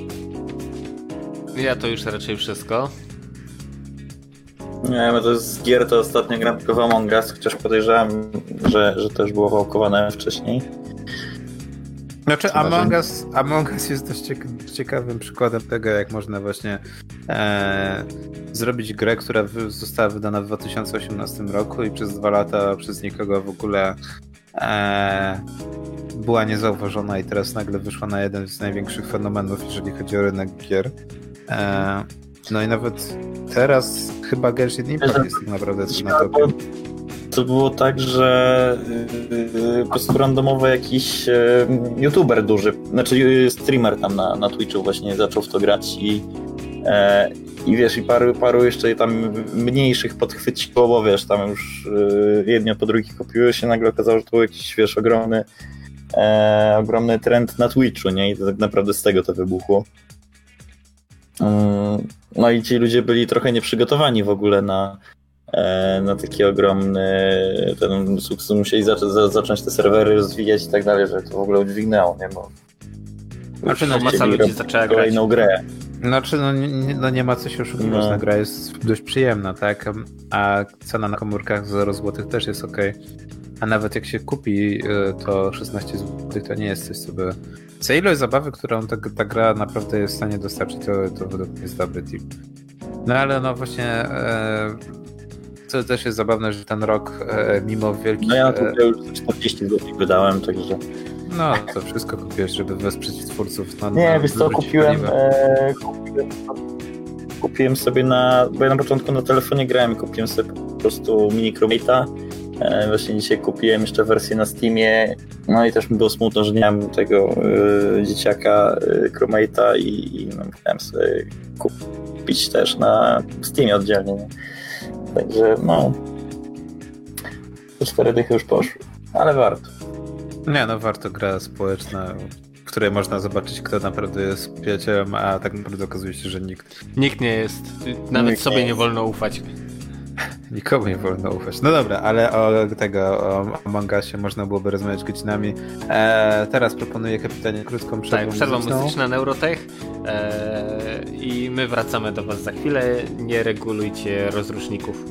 Ja to już raczej wszystko. Nie wiem, to z gier to ostatnio gram tylko w Among Us, chociaż podejrzewam, że, że to już było wałkowane wcześniej. Znaczy Among Us, Among Us jest dość cieka- ciekawym przykładem tego, jak można właśnie e, zrobić grę, która wy- została wydana w dwa tysiące osiemnastym roku i przez dwa lata przez nikogo w ogóle e, była niezauważona i teraz nagle wyszła na jeden z największych fenomenów, jeżeli chodzi o rynek gier. E, no i nawet teraz chyba Genshin Impact jest tak naprawdę na topie. To było tak, że yy, po prostu randomowo jakiś yy, youtuber duży, znaczy yy, streamer tam na, na Twitchu właśnie zaczął w to grać i, yy, i wiesz, i paru, paru jeszcze tam mniejszych podchwyciło, bo wiesz, tam już yy, jedni po drugich kopiują się, nagle okazało, że to był jakiś, wiesz, ogromny, yy, ogromny trend na Twitchu, nie? I to tak naprawdę z tego to wybuchło. Yy, no i ci ludzie byli trochę nieprzygotowani w ogóle na na taki ogromny ten sukces, musieli zacząć, zacząć te serwery rozwijać i tak dalej, że to w ogóle udźwignęło, nie? Bo znaczy no masa ludzi zaczęła grać. Kolejną grę. Znaczy no nie, no nie ma co się oszukiwać, no. Gra jest dość przyjemna, tak? A cena na komórkach za zero złotych też jest okej. A nawet jak się kupi to szesnaście złotych, to nie jest coś, co by... Za ilość zabawy, którą ta, ta gra naprawdę jest w stanie dostarczyć, to, to według mnie jest dobry tip. No ale no właśnie... E... To też jest zabawne, że ten rok e, mimo wielkich... No ja to już czterdzieści złotych wydałem, także... No, to wszystko kupiłeś, żeby wesprzeć twórców. Na, nie, na, wiesz co, kupiłem, e, kupiłem, kupiłem sobie na... Bo ja na początku na telefonie grałem i kupiłem sobie po prostu mini Chromate'a. E, właśnie dzisiaj kupiłem jeszcze wersję na Steamie. No i też mi było smutno, że nie mam tego e, dzieciaka e, Chromate'a i, i no, musiałem sobie kupić też na Steamie oddzielnie. Nie? Także no, te cztery dychy już poszły, ale warto. Nie no, warto, gra społeczna, w której można zobaczyć, kto naprawdę jest przyjacielem, a tak naprawdę okazuje się, że nikt. Nikt nie jest, nawet nikt sobie nie, nie jest. wolno ufać. Nikomu nie wolno ufać. No dobra, ale o tego, o Among Usie można byłoby rozmawiać godzinami. E, teraz proponuję kapitanie krótką przerwę Tak, przerwa muzyczną. muzyczna na Eurotech e, i my wracamy do was za chwilę. Nie regulujcie rozruszników.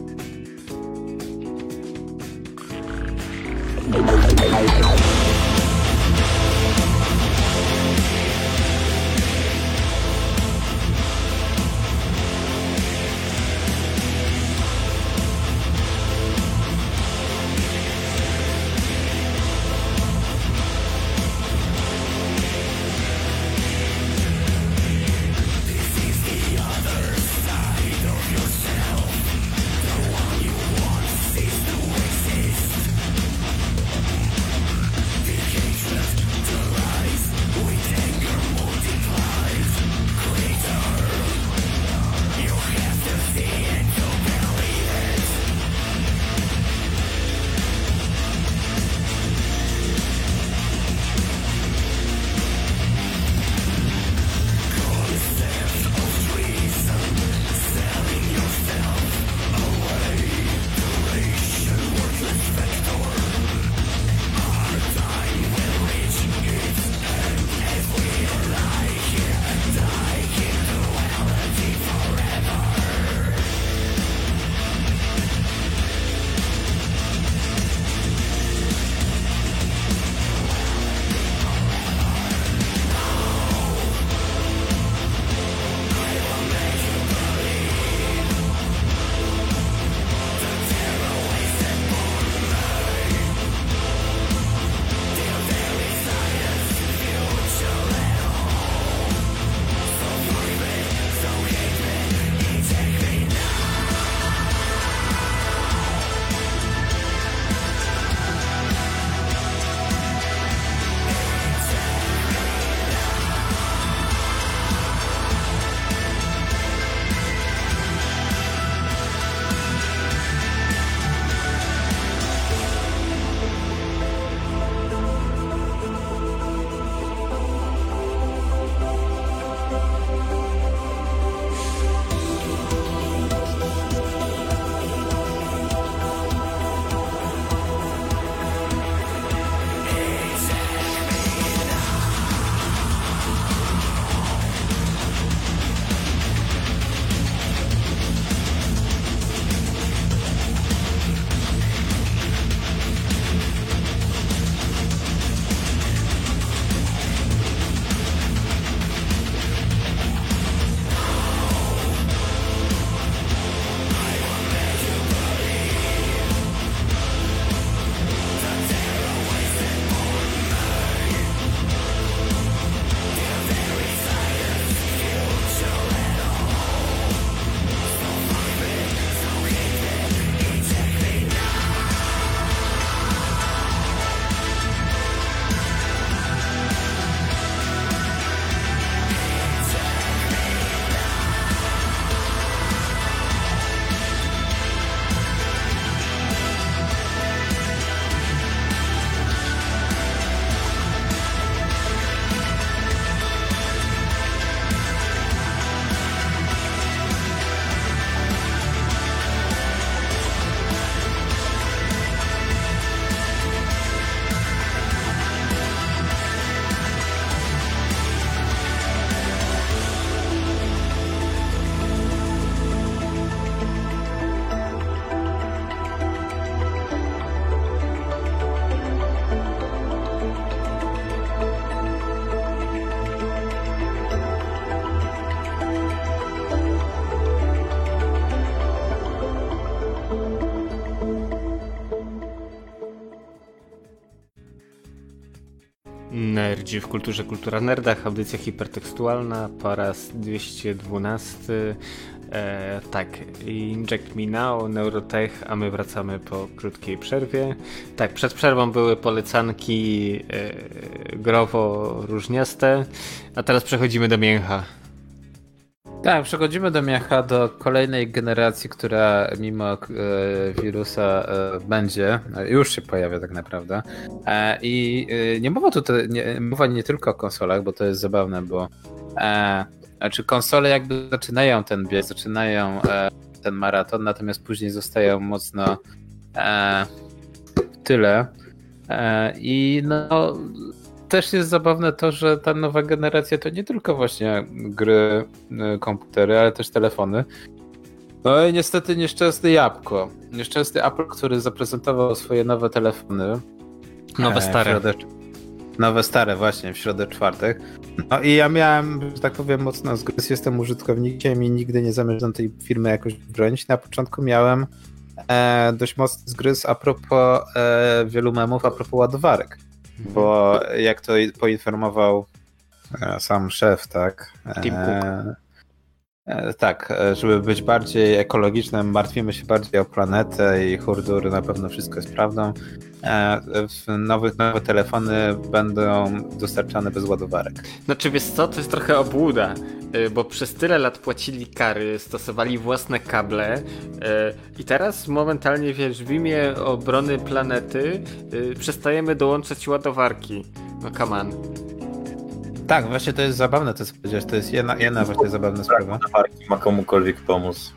Nerdzi w kulturze, kultura nerdach, audycja hipertekstualna po raz dwieście dwunasty. E, tak, Inject Me Now, Neurotech, a my wracamy po krótkiej przerwie. Tak, przed przerwą były polecanki e, growo-różniaste, a teraz przechodzimy do mięcha. Tak, przechodzimy do mięcha, do kolejnej generacji, która mimo e, wirusa e, będzie, już się pojawia tak naprawdę. E, I e, nie mowa tutaj, nie, mowa nie tylko o konsolach, bo to jest zabawne, bo e, znaczy konsole jakby zaczynają ten bieg, zaczynają e, ten maraton, natomiast później zostają mocno e, w tyle. E, I no... Też jest zabawne to, że ta nowa generacja to nie tylko właśnie gry, komputery, ale też telefony. No i niestety nieszczęsne jabłko. Nieszczęsny Apple, który zaprezentował swoje nowe telefony. Nowe stare. Środę, nowe stare właśnie, w środę czwartek. No i ja miałem, że tak powiem, mocno zgryz. Jestem użytkownikiem i nigdy nie zamierzam tej firmy jakoś bronić. Na początku miałem e, dość mocny zgryz a propos e, wielu memów, a propos ładowarek. Bo jak to poinformował sam szef, tak? Tim Cook. E, e, tak, żeby być bardziej ekologicznym, martwimy się bardziej o planetę i hurdur, na pewno wszystko jest prawdą. E, w nowych, nowe telefony będą dostarczane bez ładowarek. Znaczy wiesz co, to jest trochę obłuda, bo przez tyle lat płacili kary, stosowali własne kable i teraz momentalnie, wiesz, w imię obrony planety przestajemy dołączać ładowarki. No come on. Tak, właśnie to jest zabawne, to co powiedziałeś, to jest jedna, jedna właśnie zabawna sprawa. Ładowarki ma komukolwiek pomóc.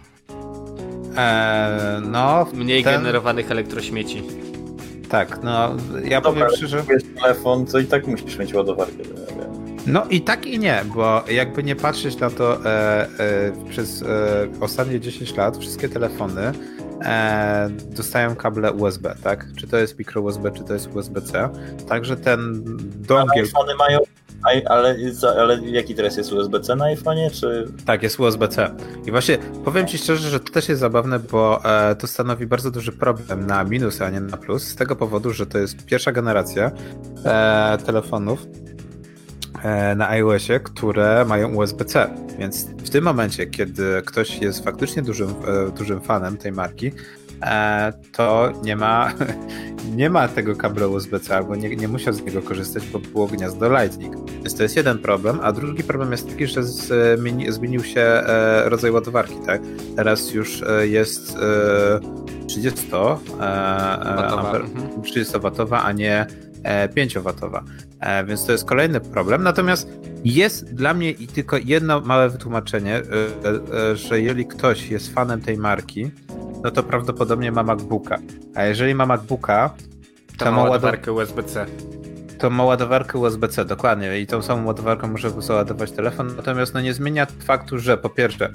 E, no, Mniej ten... generowanych elektrośmieci. Tak, no ja Dobra, powiem szczerze... jak kupujesz telefon, to i tak musisz mieć ładowarkę. No i tak i nie, bo jakby nie patrzeć na to e, e, przez e, ostatnie dziesięć lat wszystkie telefony e, dostają kable U S B, tak? Czy to jest micro U S B, czy to jest U S B C. Także ten dongiel... iPhony mają, ale, ale jaki teraz jest U S B C na iPhone'ie, czy... Tak, jest U S B C. I właśnie powiem ci szczerze, że to też jest zabawne, bo e, to stanowi bardzo duży problem na minus, a nie na plus, z tego powodu, że to jest pierwsza generacja e, telefonów na iOSie, które mają U S B C, więc w tym momencie, kiedy ktoś jest faktycznie dużym, dużym fanem tej marki, to nie ma, nie ma tego kabla U S B C, albo nie, nie musiał z niego korzystać, bo było gniazdo Lightning. Więc to jest jeden problem, a drugi problem jest taki, że zmieni, zmienił się rodzaj ładowarki, tak? Teraz już jest trzydziestowatowa, a nie pięciowatowa, więc to jest kolejny problem. Natomiast jest dla mnie i tylko jedno małe wytłumaczenie, że jeżeli ktoś jest fanem tej marki, no to prawdopodobnie ma MacBooka. A jeżeli ma MacBooka, to, to ma ładowarkę U S B C. To ma ładowarkę U S B C, dokładnie. I tą samą ładowarką może załadować telefon. Natomiast no nie zmienia faktu, że po pierwsze,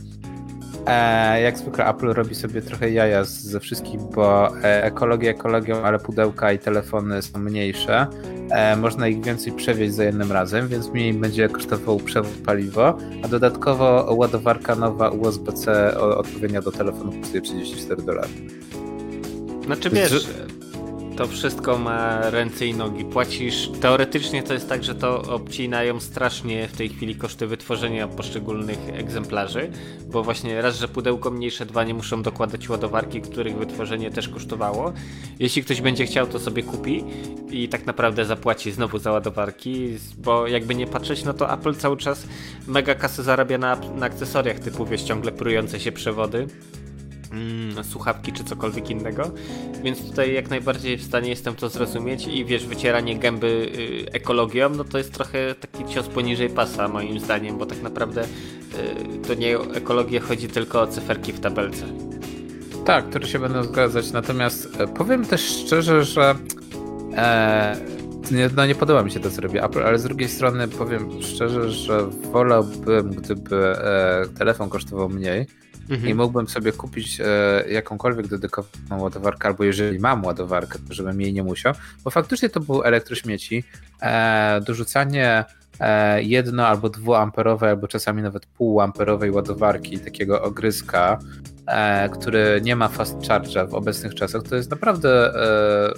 E, jak zwykle Apple robi sobie trochę jaja z, ze wszystkich, bo e, ekologia ekologią, ale pudełka i telefony są mniejsze. E, można ich więcej przewieźć za jednym razem, więc mniej będzie kosztował przewóz paliwo, a dodatkowo ładowarka nowa U S B C odpowiednia do telefonu kosztuje trzydzieści cztery dolary. Znaczy wiesz, to wszystko ma ręce i nogi. Płacisz, teoretycznie to jest tak, że to obcinają strasznie w tej chwili koszty wytworzenia poszczególnych egzemplarzy, bo właśnie raz, że pudełko mniejsze, dwa, nie muszą dokładać ładowarki, których wytworzenie też kosztowało. Jeśli ktoś będzie chciał, to sobie kupi i tak naprawdę zapłaci znowu za ładowarki, bo jakby nie patrzeć, no to Apple cały czas mega kasy zarabia na, na akcesoriach typu, wiesz, ciągle prujące się przewody, Mm, słuchawki czy cokolwiek innego, więc tutaj jak najbardziej w stanie jestem to zrozumieć i wiesz, wycieranie gęby y, ekologią, no to jest trochę taki cios poniżej pasa moim zdaniem, bo tak naprawdę y, to nie o ekologię chodzi, tylko o cyferki w tabelce. Tak, które się będą zgadzać, natomiast e, powiem też szczerze, że e, nie, no nie podoba mi się to, co robi Apple, ale z drugiej strony powiem szczerze, że wolałbym, gdyby e, telefon kosztował mniej, Mhm. i mógłbym sobie kupić e, jakąkolwiek dedykowaną ładowarkę, albo jeżeli mam ładowarkę, to żebym jej nie musiał, bo faktycznie to były elektrośmieci. E, dorzucanie e, jedno- albo dwuamperowej, albo czasami nawet półamperowej ładowarki, takiego ogryzka, e, który nie ma fast charge'a w obecnych czasach, to jest naprawdę e,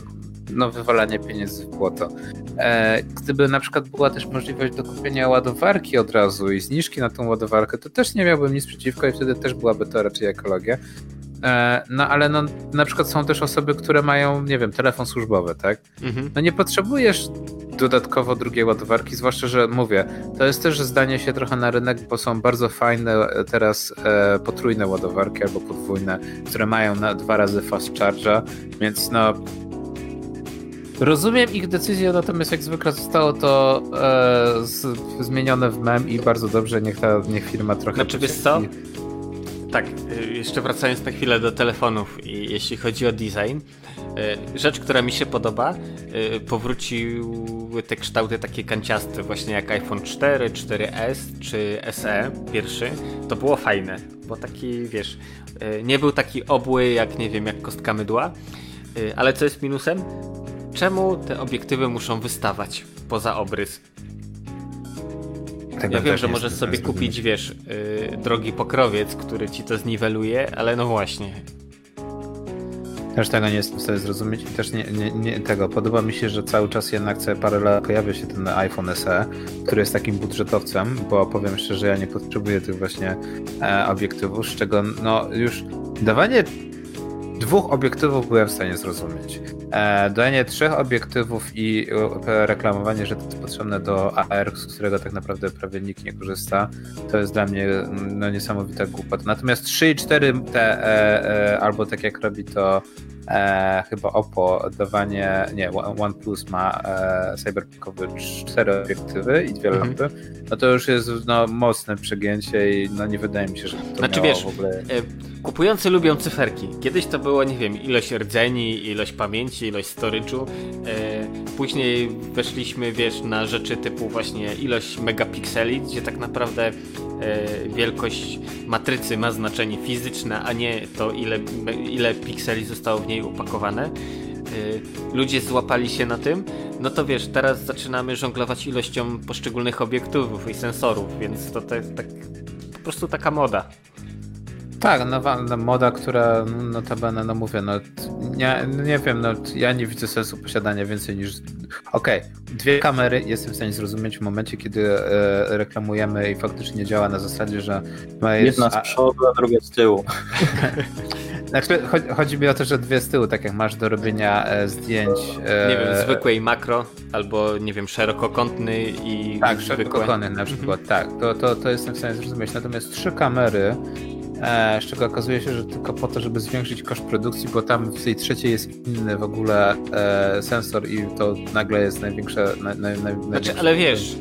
no, wywalanie pieniędzy w błoto. E, gdyby na przykład była też możliwość do kupienia ładowarki od razu i zniżki na tą ładowarkę, to też nie miałbym nic przeciwko i wtedy też byłaby to raczej ekologia. E, no ale no, na przykład są też osoby, które mają, nie wiem, telefon służbowy, tak? Mhm. No nie potrzebujesz dodatkowo drugiej ładowarki, zwłaszcza, że mówię, to jest też zdanie się trochę na rynek, bo są bardzo fajne teraz e, potrójne ładowarki albo podwójne, które mają na dwa razy fast charge'a, więc no rozumiem ich decyzję, natomiast jak zwykle zostało to e, z, zmienione w mem i bardzo dobrze, niech ta niech firma trochę... Znaczy wiesz co? Tak, jeszcze wracając na chwilę do telefonów i jeśli chodzi o design, rzecz, która mi się podoba, powróciły te kształty takie kanciaste, właśnie jak iPhone cztery, cztery S czy S E pierwszy, to było fajne, bo taki, wiesz, nie był taki obły jak, nie wiem, jak kostka mydła, ale co jest minusem? Czemu te obiektywy muszą wystawać poza obrys? Tak, ja wiem, że możesz sobie kupić, wiesz, yy, drogi pokrowiec, który ci to zniweluje, ale no właśnie. Też tego nie jestem w stanie zrozumieć i też nie, nie, nie tego. Podoba mi się, że cały czas jednak co parę lat pojawia się ten iPhone S E, który jest takim budżetowcem, bo powiem szczerze, ja nie potrzebuję tych właśnie e, obiektywów, z czego no już dawanie dwóch obiektywów byłem w stanie zrozumieć. E, danie trzech obiektywów i e, reklamowanie, że to jest potrzebne do A R, z którego tak naprawdę prawie nikt nie korzysta, to jest dla mnie no, niesamowita głupota. Natomiast trzy i cztery te, e, e, albo tak jak robi to e, chyba Oppo, dawanie, nie, OnePlus ma e, cyberpunkowe cztery obiektywy i dwie mhm. lampy, no to już jest no, mocne przegięcie i no nie wydaje mi się, że to znaczy, miało wiesz, w ogóle... E, kupujący lubią cyferki. Kiedyś to było, nie wiem, ilość rdzeni, ilość pamięci, ilość storage'u. E, później weszliśmy, wiesz, na rzeczy typu właśnie ilość megapikseli, gdzie tak naprawdę e, wielkość matrycy ma znaczenie fizyczne, a nie to, ile, ile pikseli zostało w niej upakowane. E, ludzie złapali się na tym, no to wiesz, teraz zaczynamy żonglować ilością poszczególnych obiektywów i sensorów, więc to, to jest tak, po prostu taka moda. Tak, nowa no, moda, która notabene, no mówię, no nie, nie wiem, no ja nie widzę sensu posiadania więcej niż... Okej, okay, dwie kamery jestem w stanie zrozumieć w momencie, kiedy e, reklamujemy i faktycznie działa na zasadzie, że... Ma jest... Jedna z przodu, a druga z tyłu. Znaczy, chodzi mi o to, że dwie z tyłu, tak jak masz do robienia e, zdjęć... E... Nie wiem, zwykłe i makro, albo nie wiem, szerokokątny i tak, zwykłe. szerokokątny na przykład, mhm. tak, to, to, to jestem w stanie zrozumieć. Natomiast trzy kamery, E, z czego okazuje się, że tylko po to, żeby zwiększyć koszt produkcji, bo tam w tej trzeciej jest inny w ogóle e, sensor i to nagle jest największe... Na, na, na, znaczy, ale wiesz, y,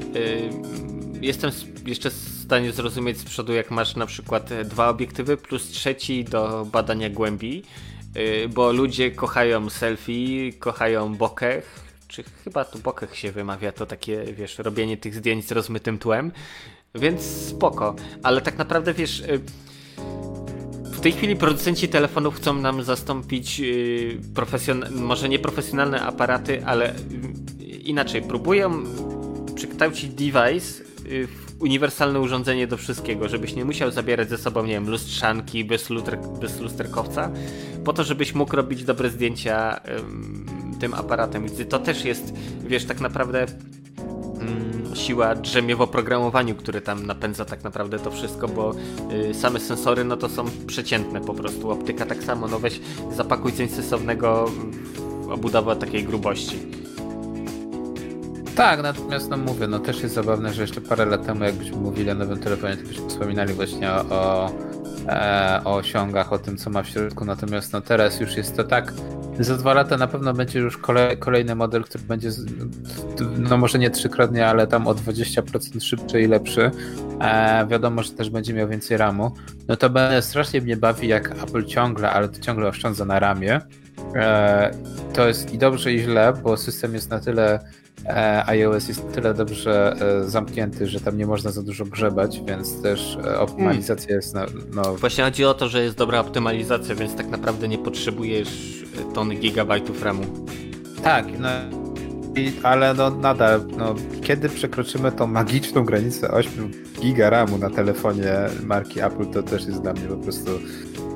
jestem jeszcze w stanie zrozumieć z przodu, jak masz na przykład dwa obiektywy plus trzeci do badania głębi, y, bo ludzie kochają selfie, kochają bokeh, czy chyba tu bokeh się wymawia, to takie, wiesz, robienie tych zdjęć z rozmytym tłem, więc spoko, ale tak naprawdę, wiesz... Y, W tej chwili producenci telefonów chcą nam zastąpić yy, profesjon- może nie profesjonalne aparaty, ale yy, inaczej, próbują przekształcić device yy, w uniwersalne urządzenie do wszystkiego, żebyś nie musiał zabierać ze sobą, nie wiem, lustrzanki bez, lutr- bez lusterkowca, po to, żebyś mógł robić dobre zdjęcia yy, tym aparatem. I to też jest, wiesz, tak naprawdę siła drzemie w oprogramowaniu, który tam napędza tak naprawdę to wszystko, bo y, same sensory no to są przeciętne po prostu. Optyka tak samo, no weź zapakuj coś sensownego w obudowę takiej grubości. Tak, natomiast no mówię, no też jest zabawne, że jeszcze parę lat temu jakbyśmy mówili o nowym telefonie, to byśmy wspominali właśnie o, o, e, o osiągach, o tym co ma w środku, natomiast no teraz już jest to tak. Za dwa lata na pewno będzie już kolej, kolejny model, który będzie, no może nie trzykrotnie, ale tam o dwadzieścia procent szybszy i lepszy. E, wiadomo, że też będzie miał więcej ramu. No to będę strasznie mnie bawi, jak Apple ciągle, ale to ciągle oszczędza na ramie. E, to jest i dobrze, i źle, bo system jest na tyle, e, iOS jest na tyle dobrze e, zamknięty, że tam nie można za dużo grzebać, więc też e, optymalizacja hmm. jest... No, no... Właśnie chodzi o to, że jest dobra optymalizacja, więc tak naprawdę nie potrzebujesz tony gigabajtów ramu. Tak, no i, ale no nadal, no, kiedy przekroczymy tą magiczną granicę osiem giga ramu na telefonie marki Apple, to też jest dla mnie po prostu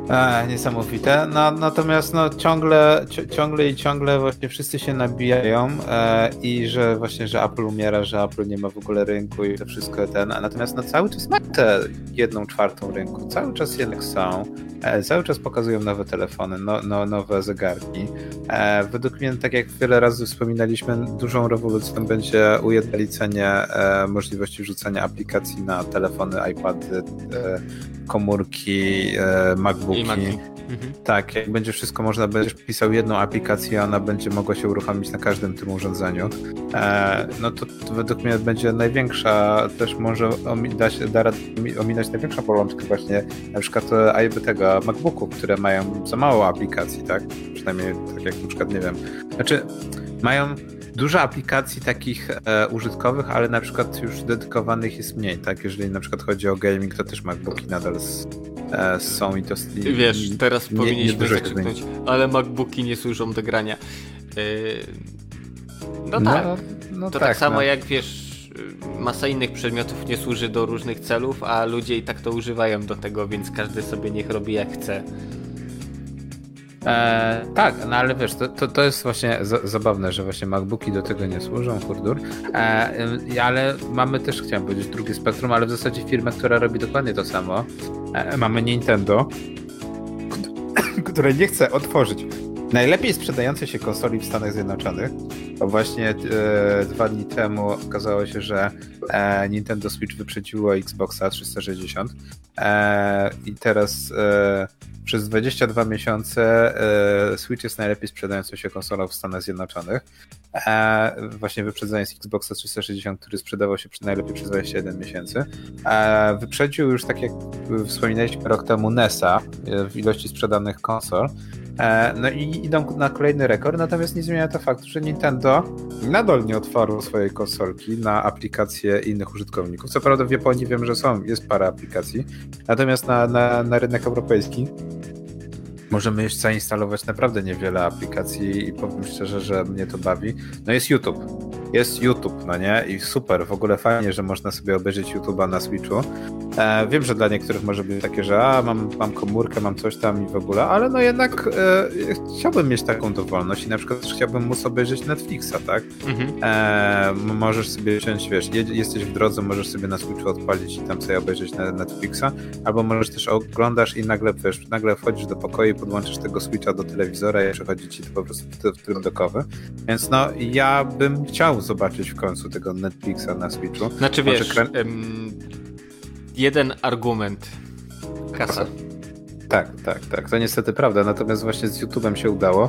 E, niesamowite. No, natomiast no, ciągle, ci, ciągle i ciągle właśnie wszyscy się nabijają e, i że właśnie, że Apple umiera, że Apple nie ma w ogóle rynku i to wszystko ten. A natomiast no, cały czas ma tę jedną czwartą rynku. Cały czas jednak są. E, cały czas pokazują nowe telefony, no, no, nowe zegarki. E, według mnie, tak jak wiele razy wspominaliśmy, dużą rewolucją będzie ujednolicenie e, możliwości wrzucania aplikacji na telefony, iPady, e, komórki, e, MacBooki. I Maci. Mhm. Tak, jak będzie wszystko można, będziesz pisał jedną aplikację, a ona będzie mogła się uruchomić na każdym tym urządzeniu, e, no to, to według mnie będzie największa, też może omi- da się, da radę ominąć największą bolączkę właśnie na przykład e, tego MacBooków, które mają za mało aplikacji, tak? Przynajmniej tak jak na przykład, nie wiem, znaczy mają dużo aplikacji takich e, użytkowych, ale na przykład już dedykowanych jest mniej, tak? Jeżeli na przykład chodzi o gaming, to też MacBooki nadal s, e, są i to... I, Wiesz, teraz nie, powinniśmy nie zakrzyknąć, ale MacBooki nie służą do grania. Yy... No, no tak, no to tak, tak samo no. jak wiesz, masa innych przedmiotów nie służy do różnych celów, a ludzie i tak to używają do tego, więc każdy sobie niech robi jak chce. E, tak, no ale wiesz, to, to, to jest właśnie za, zabawne, że właśnie MacBooki do tego nie służą, hurdur, e, ale mamy też, chciałem powiedzieć, drugie spektrum, ale w zasadzie firmę, która robi dokładnie to samo. E, mamy Nintendo, które nie chce otworzyć najlepiej sprzedającej się konsoli w Stanach Zjednoczonych. Bo właśnie e, dwa dni temu okazało się, że e, Nintendo Switch wyprzedziło Xboxa trzysta sześćdziesiąt e, i teraz e, przez dwadzieścia dwa miesiące e, Switch jest najlepiej sprzedającą się konsolą w Stanach Zjednoczonych. E, właśnie wyprzedzając Xboxa trzysta sześćdziesiąt, który sprzedawał się przy najlepiej przez dwadzieścia jeden miesięcy. E, wyprzedził już, tak jak wspominaliśmy rok temu, NESa w ilości sprzedanych konsol. E, no i idą na kolejny rekord, natomiast nie zmienia to faktu, że Nintendo nadal nie otworzyło swojej konsolki na aplikacje innych użytkowników. Co prawda w Japonii wiem, że są, jest parę aplikacji, natomiast na, na, na rynek europejski możemy jeszcze zainstalować naprawdę niewiele aplikacji i powiem szczerze, że mnie to bawi. No jest YouTube. Jest YouTube, no nie? I super, w ogóle fajnie, że można sobie obejrzeć YouTube'a na Switchu. E, wiem, że dla niektórych może być takie, że a, mam, mam komórkę, mam coś tam i w ogóle, ale no jednak e, chciałbym mieć taką dowolność i na przykład też chciałbym móc obejrzeć Netflixa, tak? Mhm. E, możesz sobie wziąć, wiesz, jesteś w drodze, możesz sobie na Switchu odpalić i tam sobie obejrzeć na Netflixa, albo możesz też oglądasz i nagle, wiesz, nagle wchodzisz do pokoju i podłączysz tego Switcha do telewizora i przechodzi ci to po prostu w tryb dokowy. Więc no, ja bym chciał zobaczyć w końcu tego Netflixa na Switchu. Znaczy wiesz, krę... um, jeden argument. Kasa. Tak, tak, tak. To niestety prawda. Natomiast właśnie z YouTube'em się udało.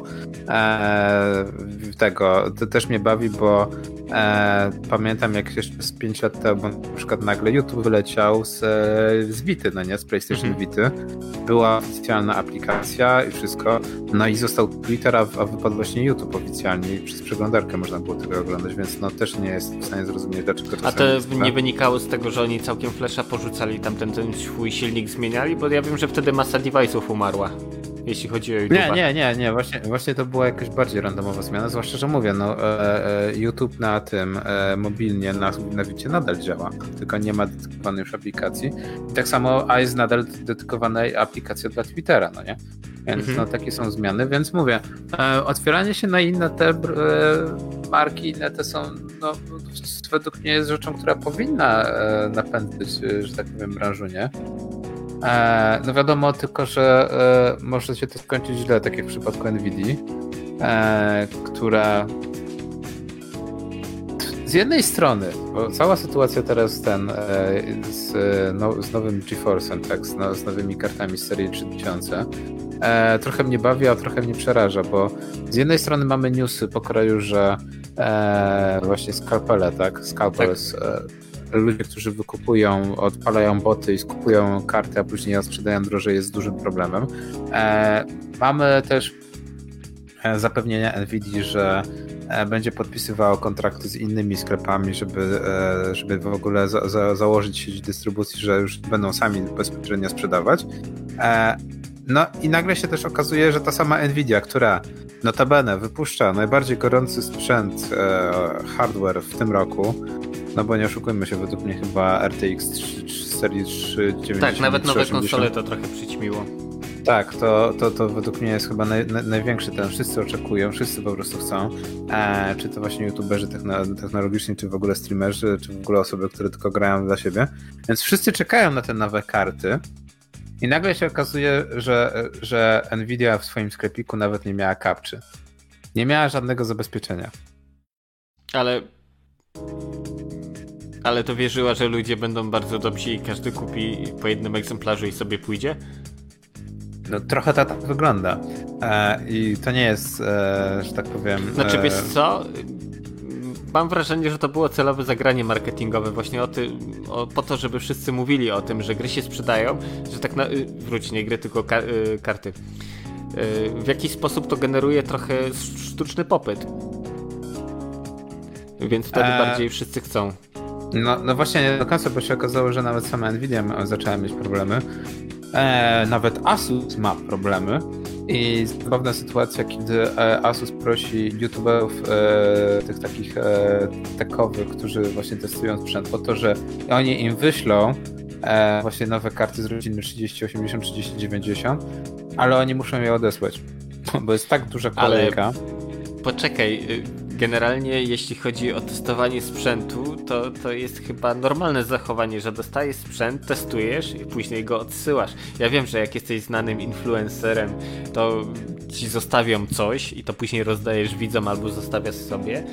Eee, tego to też mnie bawi, bo eee, pamiętam jak jeszcze z pięć lat temu na przykład nagle YouTube wyleciał z, z Vity, no nie? Z PlayStation mm-hmm. Vity. Była oficjalna aplikacja i wszystko. No i został Twitter, a, a wypadł właśnie YouTube oficjalnie i przez przeglądarkę można było tego oglądać, więc no też nie jest w stanie zrozumieć, dlaczego to A to jest, nie wynikało z tego, że oni całkiem Flasha porzucali, tamten ten swój silnik zmieniali? Bo ja wiem, że wtedy masa device'ów umarła, jeśli chodzi o YouTube. Nie, nie, nie, nie. Właśnie, właśnie to była jakaś bardziej randomowa zmiana, zwłaszcza, że mówię, no e, e, YouTube na tym e, mobilnie, na, na Vicie nadal działa, tylko nie ma dedykowanej już aplikacji. I tak samo, a jest nadal dedykowana aplikacja dla Twittera, no nie? Więc mhm. no takie są zmiany, więc mówię, e, otwieranie się na inne te e, marki, inne te są, no według mnie jest rzeczą, która powinna e, napędzać, że tak powiem, branżu, nie? E, no wiadomo tylko, że e, może się to skończyć źle, tak jak w przypadku Nvidii, e, która z jednej strony, bo cała sytuacja teraz ten e, z, no, z nowym GeForce'em, tak, z, no, z nowymi kartami z serii trzy tysiące, e, trochę mnie bawi, a trochę mnie przeraża, bo z jednej strony mamy newsy po kraju, że e, właśnie scalpele, tak, scalpers, tak. E, ludzie, którzy wykupują, odpalają boty i skupują karty, a później ją sprzedają drożej, jest dużym problemem. E, mamy też zapewnienia Nvidii, że będzie podpisywało kontrakty z innymi sklepami, żeby, żeby w ogóle za, za, założyć sieć dystrybucji, że już będą sami bezpośrednio sprzedawać. E, no i nagle się też okazuje, że ta sama Nvidia, która notabene wypuszcza najbardziej gorący sprzęt e, hardware w tym roku, no bo nie oszukujmy się, według mnie chyba R T X trzy, serii trzysta dziewięćdziesiąt. Tak, nawet nowe konsole to trochę przyćmiło. Tak, to, to, to według mnie jest chyba naj, naj, największy ten. Wszyscy oczekują, wszyscy po prostu chcą. E, czy to właśnie youtuberzy techno, technologiczni, czy w ogóle streamerzy, czy w ogóle osoby, które tylko grają dla siebie. Więc wszyscy czekają na te nowe karty. I nagle się okazuje, że, że Nvidia w swoim sklepiku nawet nie miała kapczy. Nie miała żadnego zabezpieczenia. Ale... Ale to wierzyła, że ludzie będą bardzo dobrzy i każdy kupi po jednym egzemplarzu i sobie pójdzie? No trochę to tak wygląda. E, I to nie jest, e, że tak powiem... Znaczy e... wiesz co? Mam wrażenie, że to było celowe zagranie marketingowe właśnie o tym, o, po to, żeby wszyscy mówili o tym, że gry się sprzedają, że tak na... Wróć, nie gry, tylko ka- y, karty. Y, w jakiś sposób to generuje trochę sztuczny popyt. Więc wtedy e... bardziej wszyscy chcą. No, no właśnie nie do końca, bo się okazało, że nawet sama Nvidia zaczęła mieć problemy. E, nawet Asus ma problemy i zabawna sytuacja, kiedy Asus prosi youtuberów e, tych takich e, techowych, którzy właśnie testują sprzęt o to, że oni im wyślą e, właśnie nowe karty z rodziny trzydzieści osiemdziesiąt, trzydzieści dziewięćdziesiąt, ale oni muszą je odesłać, bo jest tak duża kolejka. Ale poczekaj, generalnie jeśli chodzi o testowanie sprzętu, to, to jest chyba normalne zachowanie, że dostajesz sprzęt, testujesz i później go odsyłasz. Ja wiem, że jak jesteś znanym influencerem, to ci zostawią coś i to później rozdajesz widzom albo zostawiasz sobie.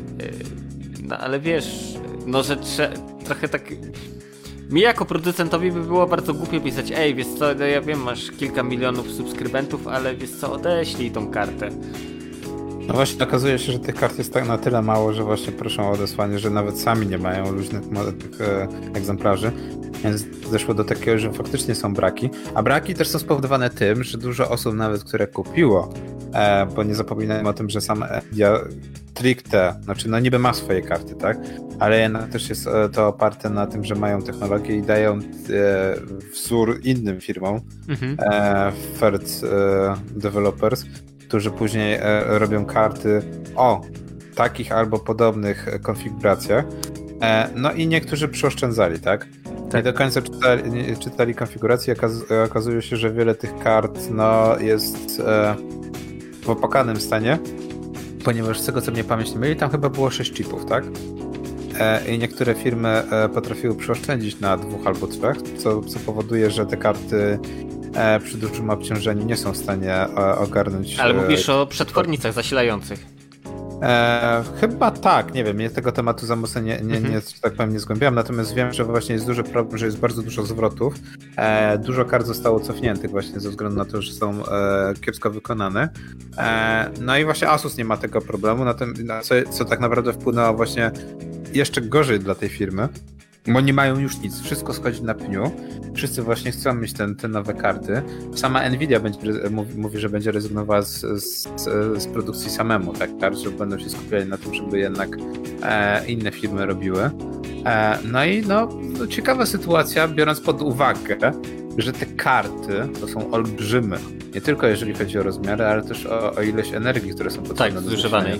No ale wiesz, no że trze- trochę tak... Mi jako producentowi by było bardzo głupio pisać: ej, wiesz co, ja wiem, masz kilka milionów subskrybentów, ale wiesz co, odeślij tą kartę. No właśnie okazuje się, że tych kart jest tak na tyle mało, że właśnie proszą o odesłanie, że nawet sami nie mają różnych tych e, egzemplarzy. Więc doszło do takiego, że faktycznie są braki. A braki też są spowodowane tym, że dużo osób nawet, które kupiło, e, bo nie zapominajmy o tym, że sam Nvidia stricte, znaczy no niby ma swoje karty, tak? Ale jednak też jest to oparte na tym, że mają technologię i dają e, wzór innym firmom, mhm. e, third e, developers, którzy później e, robią karty o takich albo podobnych konfiguracjach. E, no i niektórzy przeoszczędzali, tak? Tak. Nie do końca czytali, czytali konfigurację, okaz, okazuje się, że wiele tych kart no, jest e, w opłakanym stanie, ponieważ z tego, co mnie pamięć nie myli, tam chyba było sześć chipów, tak? E, I niektóre firmy e, potrafiły przeoszczędzić na dwóch albo trzech, co, co powoduje, że te karty e, przy dużym obciążeniu nie są w stanie e, ogarnąć... Ale mówisz e, o przetwornicach zasilających. E, chyba tak, nie wiem, ja tego tematu za mocno nie, nie, nie, tak powiem, nie zgłębiałem, natomiast wiem, że właśnie jest duży problem, że jest bardzo dużo zwrotów. E, dużo kart zostało cofniętych właśnie ze względu na to, że są e, kiepsko wykonane. E, no i właśnie Asus nie ma tego problemu, na tym, na co, co tak naprawdę wpłynęło właśnie jeszcze gorzej dla tej firmy, bo nie mają już nic, wszystko schodzi na pniu, wszyscy właśnie chcą mieć ten, te nowe karty. Sama Nvidia będzie, mówi, mówi, że będzie rezygnowała z, z, z produkcji samemu, tak, tak, że będą się skupiali na tym, żeby jednak e, inne firmy robiły. E, no i no, no, ciekawa sytuacja, biorąc pod uwagę, że te karty to są olbrzymy, nie tylko jeżeli chodzi o rozmiary, ale też o, o ilość energii, które są potrzebne tak, do zużywanej.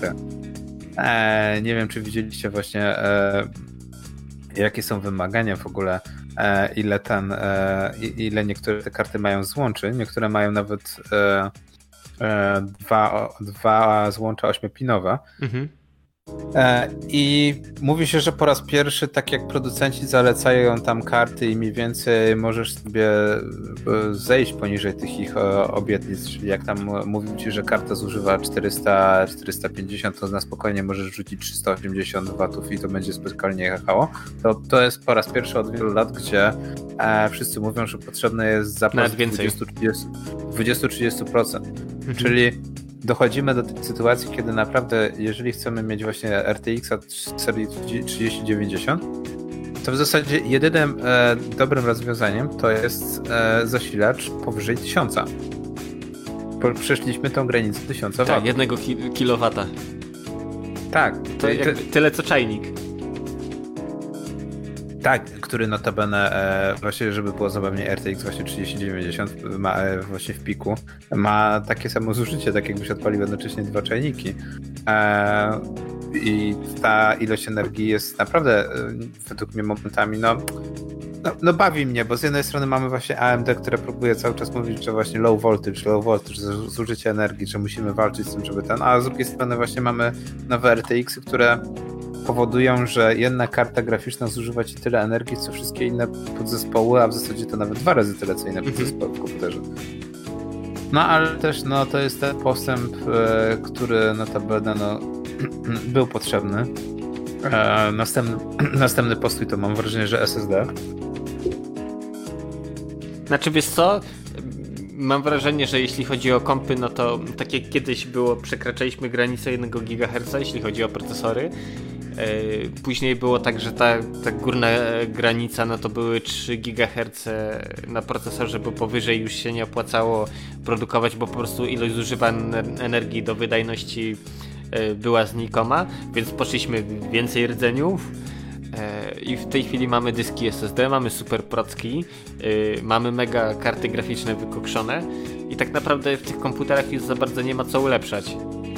E, nie wiem, czy widzieliście właśnie e, jakie są wymagania w ogóle, e, ile ten, e, ile niektóre te karty mają złączy, niektóre mają nawet e, e, dwa, dwa złącza ośmiopinowe. Mhm. E, I mówi się, że po raz pierwszy, tak jak producenci zalecają tam karty i mniej więcej możesz sobie zejść poniżej tych ich obietnic, czyli jak tam mówił ci, że karta zużywa czterysta czterysta pięćdziesiąt, to na spokojnie możesz rzucić trzysta osiemdziesiąt watów i to będzie specjalnie hachało, to to jest po raz pierwszy od wielu lat, gdzie e, wszyscy mówią, że potrzebny jest zapas dwadzieścia do trzydziestu procent, mhm. Czyli dochodzimy do tej sytuacji, kiedy naprawdę, jeżeli chcemy mieć właśnie R T X-a serii trzydzieści dziewięćdziesiąt, to w zasadzie jedynym e, dobrym rozwiązaniem to jest e, zasilacz powyżej tysiąca. Przeszliśmy tą granicę tysiąca watów. Tak, jednego ki- kilowata. Tak. To jakby tyle co czajnik. Tak, który notabene e, właśnie, żeby było zabawniej, R T X właśnie trzydzieści dziewięćdziesiąt ma e, właśnie w piku, ma takie samo zużycie, tak jakbyś odpalił jednocześnie dwa czajniki. E, I ta ilość energii jest naprawdę e, według mnie momentami, no No, no bawi mnie, bo z jednej strony mamy właśnie A M D, które próbuje cały czas mówić, że właśnie low voltage, low voltage, zużycie energii, że musimy walczyć z tym, żeby ten, a z drugiej strony właśnie mamy nowe R T X-y, które powodują, że jedna karta graficzna zużywa ci tyle energii, co wszystkie inne podzespoły, a w zasadzie to nawet dwa razy tyle, co inne podzespoły w komputerze. No ale też no, to jest ten postęp, e, który notabene no, był potrzebny. E, następny, następny postój to mam wrażenie, że S S D. Znaczy wiesz co? Mam wrażenie, że jeśli chodzi o kompy, no to tak jak kiedyś było, przekraczaliśmy granicę jednego gigaherca, jeśli chodzi o procesory. Później było tak, że ta, ta górna granica no to były trzy gigaherce na procesorze, bo powyżej już się nie opłacało produkować, bo po prostu ilość zużywanej energii do wydajności była znikoma, więc poszliśmy w więcej rdzeniów i w tej chwili mamy dyski S S D, mamy super procki, mamy mega karty graficzne wykokszone i tak naprawdę w tych komputerach już za bardzo nie ma co ulepszać.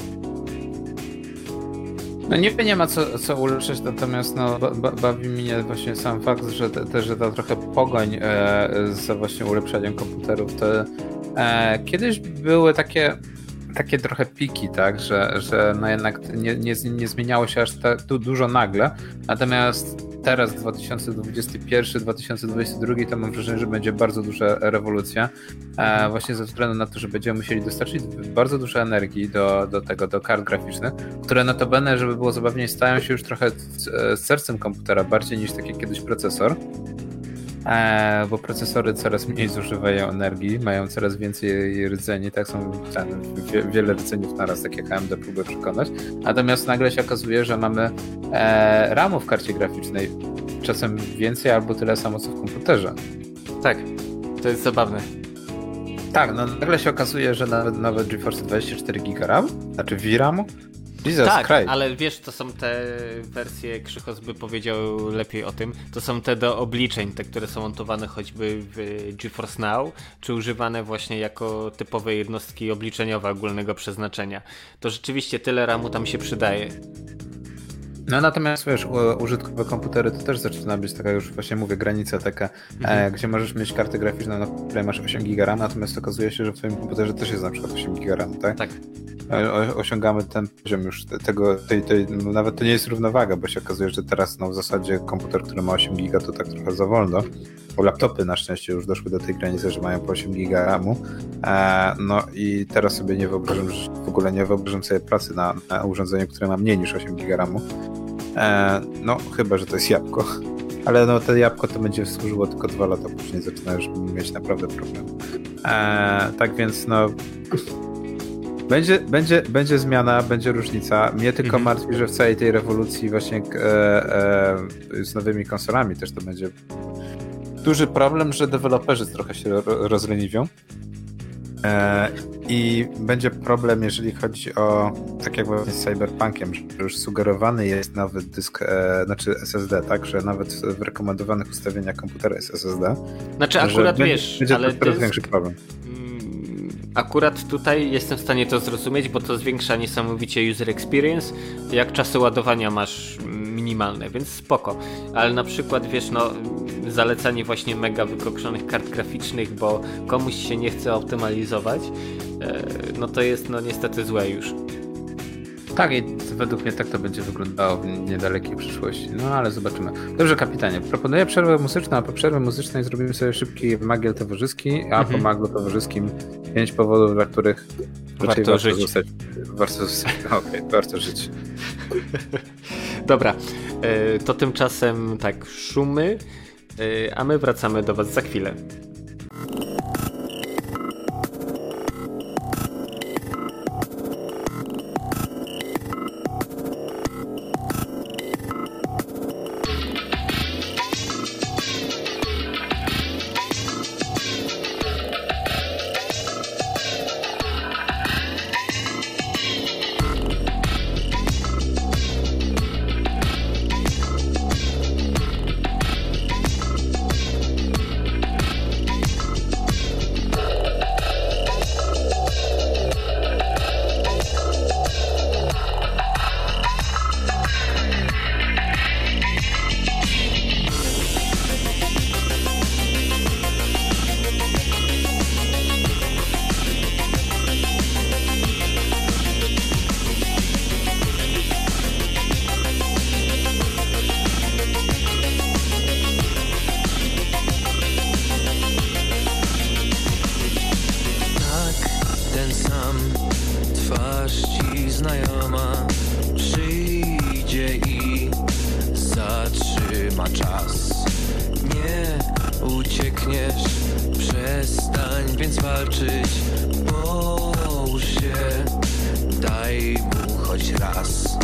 No niby nie ma co, co ulepszyć, natomiast no, ba, bawi mnie właśnie sam fakt, że też że ta trochę pogoń e, za właśnie ulepszaniem komputerów. To e, kiedyś były takie takie trochę piki, tak, że, że no jednak nie, nie, nie zmieniało się aż tak du, dużo nagle, natomiast teraz dwa tysiące dwudziesty pierwszy dwa tysiące dwudziesty drugi to mam wrażenie, że będzie bardzo duża rewolucja, e, właśnie ze względu na to, że będziemy musieli dostarczyć bardzo dużo energii do, do tego, do kart graficznych, które notabene, żeby było zabawniej, stają się już trochę z sercem komputera, bardziej niż tak jak kiedyś procesor. E, bo procesory coraz mniej zużywają energii, mają coraz więcej rdzeni, tak są ten, wie, wiele rdzeniów naraz, tak jak A M D próbuje przekonać. Natomiast nagle się okazuje, że mamy e, ramów w karcie graficznej czasem więcej albo tyle samo co w komputerze. Tak, to jest zabawne. Tak, no nagle się okazuje, że nawet, nawet GeForce dwadzieścia cztery giga RAM, znaczy V RAMu. Jesus tak, Christ. ale wiesz, to są te wersje, Krzychos by powiedział lepiej o tym, to są te do obliczeń, te, które są montowane choćby w GeForce Now, czy używane właśnie jako typowe jednostki obliczeniowe ogólnego przeznaczenia. To rzeczywiście tyle ramu tam się przydaje. No natomiast wiesz, użytkowe komputery to też zaczyna być taka już właśnie mówię granica taka, mhm. e, gdzie możesz mieć kartę graficzną, na której masz osiem giga RAM, natomiast okazuje się, że w twoim komputerze też jest na przykład osiem giga RAM, tak? Tak. O, osiągamy ten poziom już tego, tej, tej, no nawet to nie jest równowaga, bo się okazuje, że teraz no w zasadzie komputer, który ma osiem giga to tak trochę za wolno, bo laptopy na szczęście już doszły do tej granicy, że mają po osiem giga ramu, e, no i teraz sobie nie wyobrażam, w ogóle nie wyobrażam sobie pracy na, na urządzeniu, które ma mniej niż osiem giga ramu. E, no chyba, że to jest jabłko, ale no to jabłko to będzie służyło tylko dwa lata, później zaczyna już mieć naprawdę problem. E, tak więc no będzie, będzie, będzie zmiana, będzie różnica. Mnie tylko mhm. martwi, że w całej tej rewolucji właśnie e, e, z nowymi konsolami też to będzie duży problem, że deweloperzy trochę się ro, rozleniwią. E, I będzie problem, jeżeli chodzi o, tak jak właśnie z Cyberpunkiem, że już sugerowany jest nowy dysk, e, znaczy S S D, tak, że nawet w rekomendowanych ustawieniach komputera jest S S D. Znaczy akurat będzie, wiesz, będzie ale to coraz dysk... większy problem. Akurat tutaj jestem w stanie to zrozumieć, bo to zwiększa niesamowicie user experience, jak czasy ładowania masz minimalne, więc spoko. Ale na przykład wiesz, no zalecanie właśnie mega wykokszonych kart graficznych, bo komuś się nie chce optymalizować, no to jest no niestety złe już. Tak, i według mnie tak to będzie wyglądało w niedalekiej przyszłości. No ale zobaczymy. Dobrze, kapitanie, proponuję przerwę muzyczną, a po przerwie muzycznej zrobimy sobie szybki magiel towarzyski, a mhm. po maglu towarzyskim pięć powodów, dla których warto, warto żyć. Zostać, warto zostać. Okej, okay, warto żyć. Dobra, to tymczasem tak, szumy, a my wracamy do was za chwilę. ma czas. Nie uciekniesz, przestań więc walczyć. Połóż się, daj mu choć raz.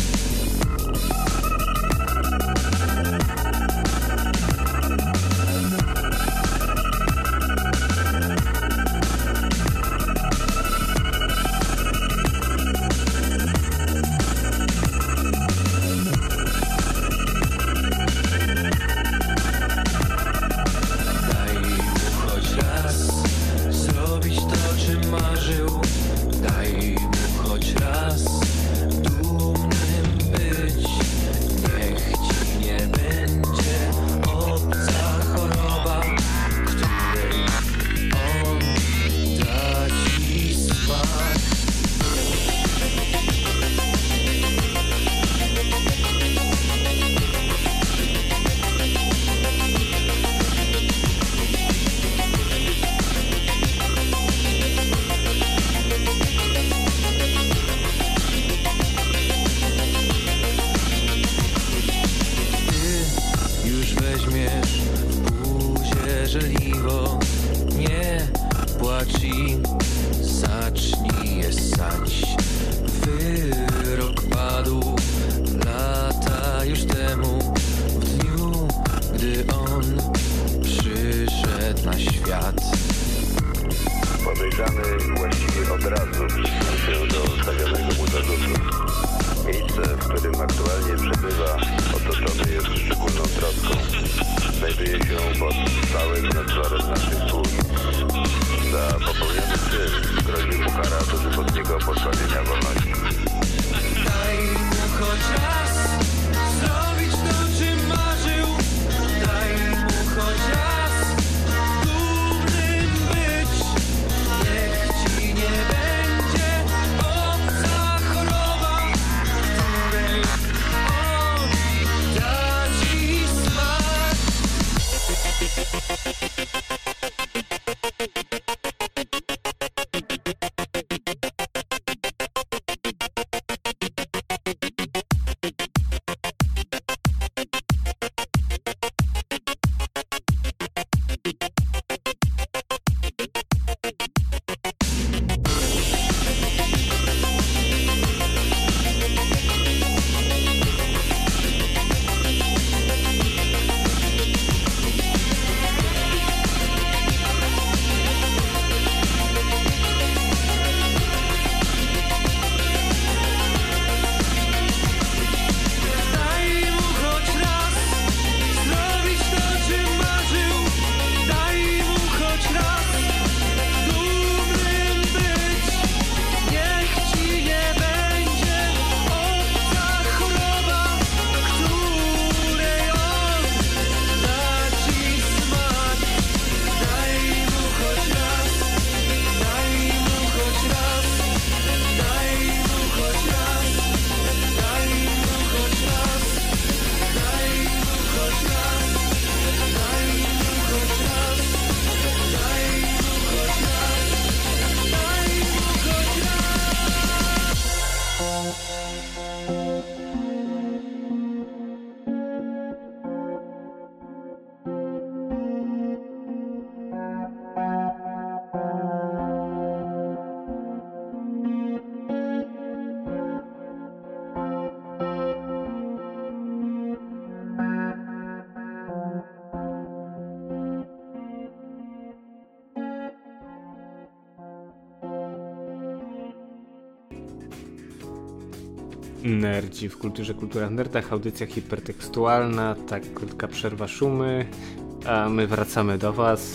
Nerdzi w kulturze, kultura w nerdach, audycja hipertekstualna, tak, krótka przerwa, szumy, a my wracamy do was.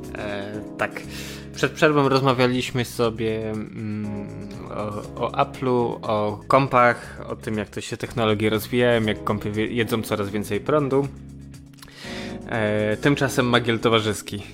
E, tak, przed przerwą rozmawialiśmy sobie mm, o, o Apple'u, o kompach, o tym, jak to się technologie rozwijają, jak kompy jedzą coraz więcej prądu. E, tymczasem Magiel towarzyski.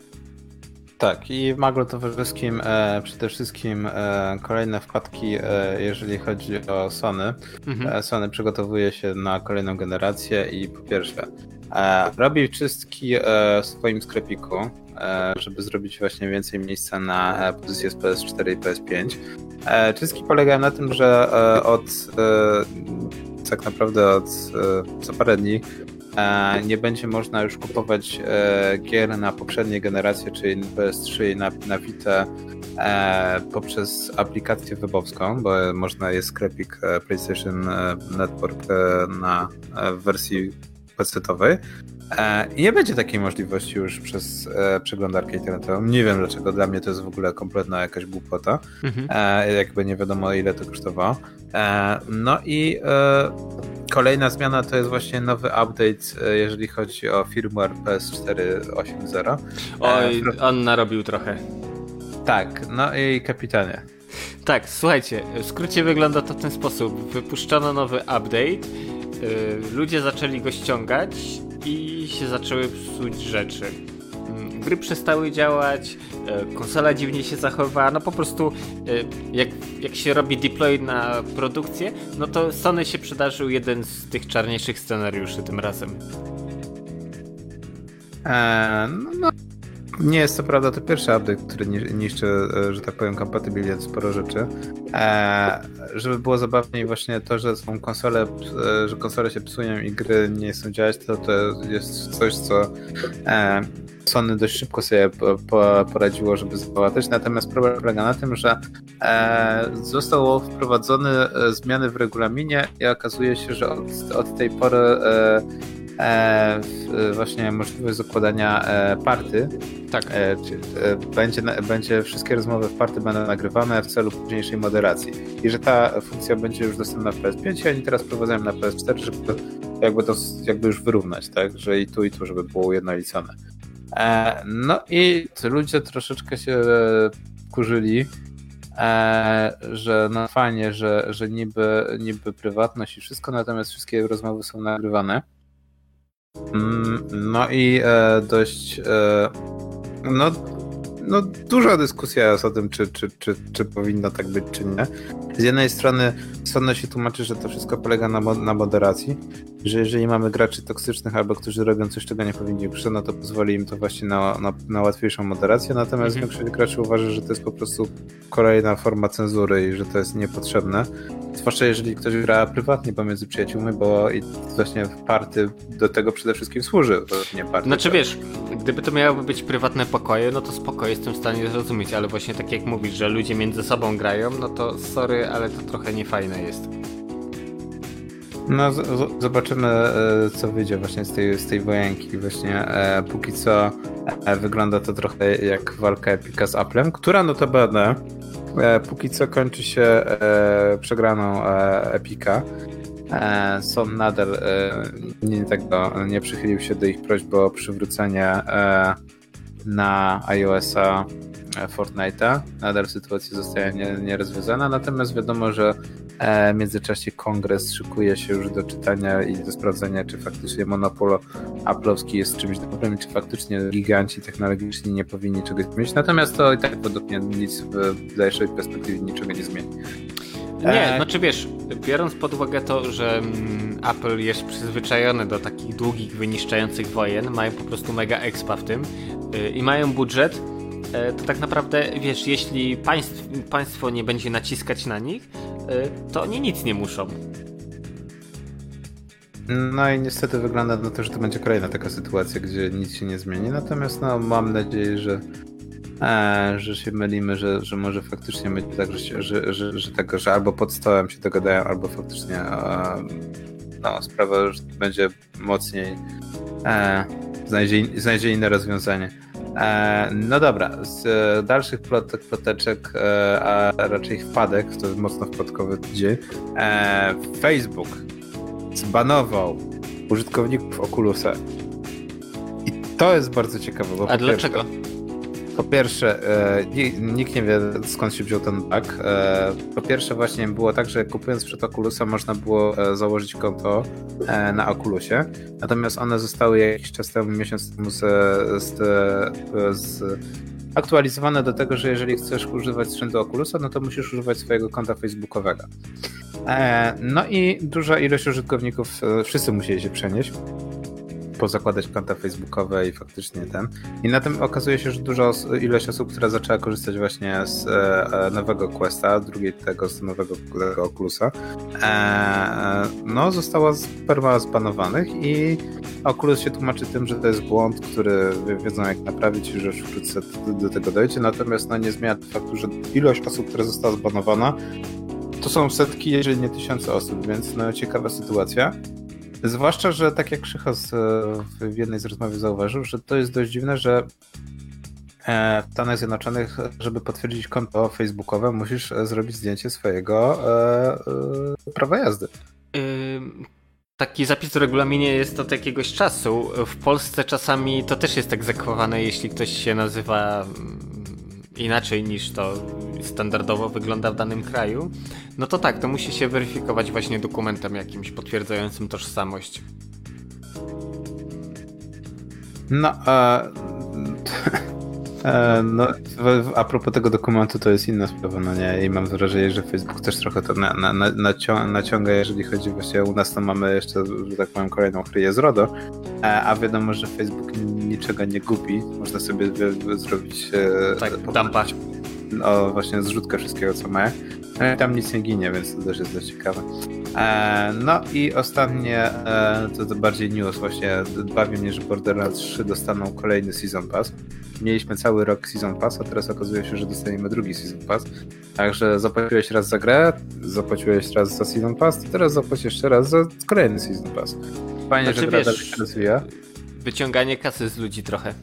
Tak, i w Maglu towarzyskim e, przede wszystkim e, kolejne wpadki, e, jeżeli chodzi o Sony. Mhm. E, Sony przygotowuje się na kolejną generację i po pierwsze e, robi czystki e, w swoim sklepiku, e, żeby zrobić właśnie więcej miejsca na e, pozycję z P S cztery i P S pięć. E, czystki polegają na tym, że e, od e, tak naprawdę od e, co parę dni e, nie będzie można już kupować e, gier na poprzedniej generacje, czyli na P S trzy i na, na Vita e, poprzez aplikację webowską, bo można jest sklepik e, PlayStation Network e, na e, wersji pecetowej. I nie będzie takiej możliwości już przez e, przeglądarkę internetową. Nie wiem dlaczego, dla mnie to jest w ogóle kompletna jakaś głupota. Mhm. E, jakby nie wiadomo ile to kosztowało. E, no i e, kolejna zmiana to jest właśnie nowy update, e, jeżeli chodzi o firmware P S cztery osiem zero. Oj, e, on narobił trochę. Tak, no i kapitanie. Tak, słuchajcie, w skrócie wygląda to w ten sposób. Wypuszczono nowy update, e, ludzie zaczęli go ściągać i się zaczęły psuć rzeczy. Gry przestały działać, konsola dziwnie się zachowała, no po prostu jak, jak się robi deploy na produkcję, no to Sony się przydarzył jeden z tych czarniejszych scenariuszy tym razem. Eee, no, nie jest to prawda to pierwszy update, który niszczy, że tak powiem, kompatybilnie sporo rzeczy. Eee, żeby było zabawniej właśnie to, że są konsole, że konsole się psują i gry nie chcą działać, to to jest coś, co e, Sony dość szybko sobie po, po, poradziło, żeby załatać. Natomiast problem polega na tym, że e, zostało wprowadzone zmiany w regulaminie i okazuje się, że od, od tej pory e, E, właśnie możliwość zakładania e, party. Tak. E, czy, e, będzie, będzie wszystkie rozmowy w party będą nagrywane w celu późniejszej moderacji. I że ta funkcja będzie już dostępna w P S pięć i oni teraz wprowadzają na P S cztery, żeby jakby to jakby już wyrównać, tak? Że i tu i tu, żeby było ujednolicone. E, no i ludzie troszeczkę się kurzyli, e, że no fajnie, że, że niby, niby prywatność i wszystko, natomiast wszystkie rozmowy są nagrywane. No i e, dość e, no, no duża dyskusja jest o tym, czy, czy, czy, czy powinno tak być, czy nie. Z jednej strony Sony się tłumaczy, że to wszystko polega na, mo- na moderacji, że jeżeli mamy graczy toksycznych albo którzy robią coś, czego nie powinni robić, no to pozwoli im to właśnie na, na, na łatwiejszą moderację, natomiast mhm. większość graczy uważa, że to jest po prostu kolejna forma cenzury i że to jest niepotrzebne. Zwłaszcza jeżeli ktoś gra prywatnie pomiędzy przyjaciółmi, bo i właśnie party do tego przede wszystkim służy. To nie party, znaczy wiesz, gdyby to miały być prywatne pokoje, no to spoko, jestem w stanie zrozumieć, ale właśnie tak jak mówisz, że ludzie między sobą grają, no to sorry, ale to trochę niefajne jest. No z- z- zobaczymy, co wyjdzie właśnie z tej, z tej wojenki. Właśnie e, póki co e, wygląda to trochę jak walka Epica z Applem, która notabene e, póki co kończy się e, przegraną e, Epica. E, Son nadal e, nie, tego, nie przychylił się do ich prośby o przywrócenie e, na iOS-a Fortnite'a. Nadal sytuacja zostaje nie, nierozwiązana, natomiast wiadomo, że w międzyczasie kongres szykuje się już do czytania i do sprawdzenia, czy faktycznie monopol Apple'owski jest czymś dobrym i czy faktycznie giganci technologiczni nie powinni czegoś zmienić. Natomiast to i tak według mnie nic w dalszej perspektywie niczego nie zmieni. Nie, znaczy wiesz, biorąc pod uwagę to, że mm, Apple jest przyzwyczajony do takich długich, wyniszczających wojen, mają po prostu mega expa w tym yy, i mają budżet, yy, to tak naprawdę, wiesz, jeśli państw, państwo nie będzie naciskać na nich, yy, to oni nic nie muszą. No i niestety wygląda na to, że to będzie kolejna taka sytuacja, gdzie nic się nie zmieni, natomiast no, mam nadzieję, że E, że się mylimy, że, że może faktycznie być tak, że, że, że, że, tego, że albo pod stołem się dogadają, albo faktycznie e, no, sprawa już będzie mocniej e, znajdzie, znajdzie inne rozwiązanie. E, no dobra, z e, dalszych plotek, ploteczek, e, a raczej wpadek, to jest mocno wpadkowy dzień, e, Facebook zbanował użytkowników Oculusa. I to jest bardzo ciekawe. Bo a dlaczego? Po pierwsze, e, nikt nie wie, skąd się wziął ten bug. E, po pierwsze właśnie było tak, że kupując przed Oculusa można było e, założyć konto e, na Oculusie, natomiast one zostały jakiś czas temu, miesiąc temu z, z, z aktualizowane do tego, że jeżeli chcesz używać sprzętu Oculusa, no to musisz używać swojego konta facebookowego. E, no i duża ilość użytkowników, e, wszyscy musieli się przenieść. pozakładać konta facebookowe i faktycznie ten. I na tym okazuje się, że duża os- ilość osób, która zaczęła korzystać właśnie z e, nowego Questa, drugiej tego z nowego tego Oculusa, e, no została perma zbanowanych i Oculus się tłumaczy tym, że to jest błąd, który wiedzą jak naprawić i że już wkrótce do, do tego dojdzie, natomiast no, nie zmienia faktu, że ilość osób, która została zbanowana, to są setki, jeżeli nie tysiące osób, więc no ciekawa sytuacja. Zwłaszcza, że tak jak Krzychos w jednej z rozmowy zauważył, że to jest dość dziwne, że w Stanach Zjednoczonych, żeby potwierdzić konto facebookowe, musisz zrobić zdjęcie swojego prawa jazdy. Yy, taki zapis w regulaminie jest od jakiegoś czasu. W Polsce czasami to też jest egzekwowane, jeśli ktoś się nazywa inaczej niż to standardowo wygląda w danym kraju, no to tak, to musi się weryfikować właśnie dokumentem jakimś potwierdzającym tożsamość. No, a, a, no a propos tego dokumentu, to jest inna sprawa, no nie? I mam wrażenie, że Facebook też trochę to na, na, na, naciąga, jeżeli chodzi właśnie u nas, to mamy jeszcze, że tak powiem, kolejną chryję z RODO, a, a wiadomo, że Facebook niczego nie gubi, można sobie wy, wy zrobić tak, dumpa. O, właśnie zrzutkę wszystkiego, co ma. No i tam nic nie ginie, więc to też jest dość ciekawe. E, no i ostatnie, e, to, to bardziej news, właśnie bawi mnie, że Borderlands trzy dostaną kolejny Season Pass. Mieliśmy cały rok Season Pass, a teraz okazuje się, że dostaniemy drugi Season Pass. Także zapłaciłeś raz za grę, zapłaciłeś raz za Season Pass, to teraz zapłacisz jeszcze raz za kolejny Season Pass. Fajnie, znaczy, że gra dalej się rozwija. Wyciąganie kasy z ludzi trochę.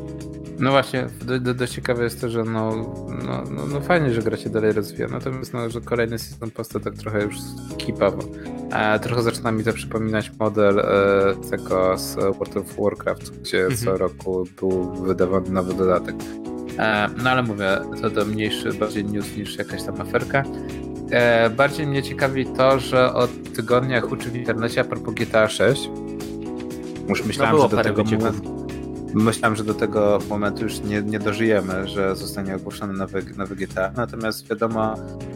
No właśnie, do, do, dość ciekawe jest to, że no, no, no, no fajnie, że gra się dalej rozwija, natomiast no, że kolejny Season Pass to tak trochę już kipawo. E, trochę zaczyna mi to przypominać model e, tego z World of Warcraft, gdzie mhm. co roku był wydawany nowy dodatek. E, no ale mówię, to, to mniejszy, bardziej news niż jakaś tam aferka. E, bardziej mnie ciekawi to, że od tygodnia huczy w internecie a propos G T A sześć. Już myślałem, no że do tego momentu... Myślałem, że do tego momentu już nie, nie dożyjemy, że zostanie ogłoszony nowy, nowy G T A, natomiast wiadomo,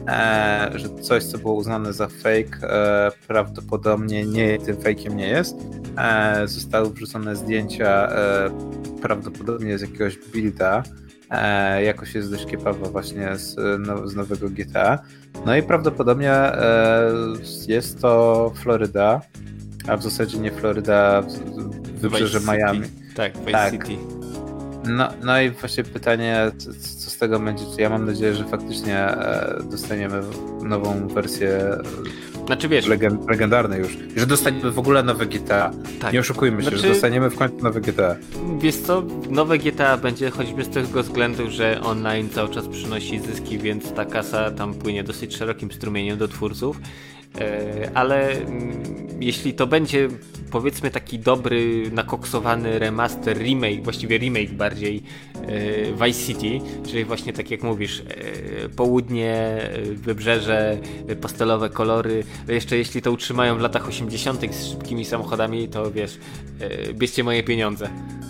e, że coś, co było uznane za fake, e, prawdopodobnie nie, tym fake'iem nie jest. E, zostały wrzucone zdjęcia e, prawdopodobnie z jakiegoś builda, e, jakoś jest dość kiepawa właśnie z, no, z nowego G T A. No i prawdopodobnie e, jest to Floryda, a w zasadzie nie Floryda, wybrzeże Miami. Tak, Vice tak. City. No, no i właśnie pytanie, co, co z tego będzie? Czy ja mam nadzieję, że faktycznie e, dostaniemy nową wersję znaczy, wiesz, legend, legendarnej już. Że dostaniemy w ogóle nowe G T A. Tak. Nie oszukujmy się, znaczy, że dostaniemy w końcu nowe G T A. Wiesz co, nowe G T A będzie choćby z tego względu, że online cały czas przynosi zyski, więc ta kasa tam płynie dosyć szerokim strumieniem do twórców. Ale jeśli to będzie powiedzmy taki dobry, nakoksowany remaster, remake, właściwie remake bardziej Vice City, czyli właśnie tak jak mówisz, południe, wybrzeże, pastelowe kolory, jeszcze jeśli to utrzymają w latach osiemdziesiątych z szybkimi samochodami, to wiesz, bierzcie moje pieniądze.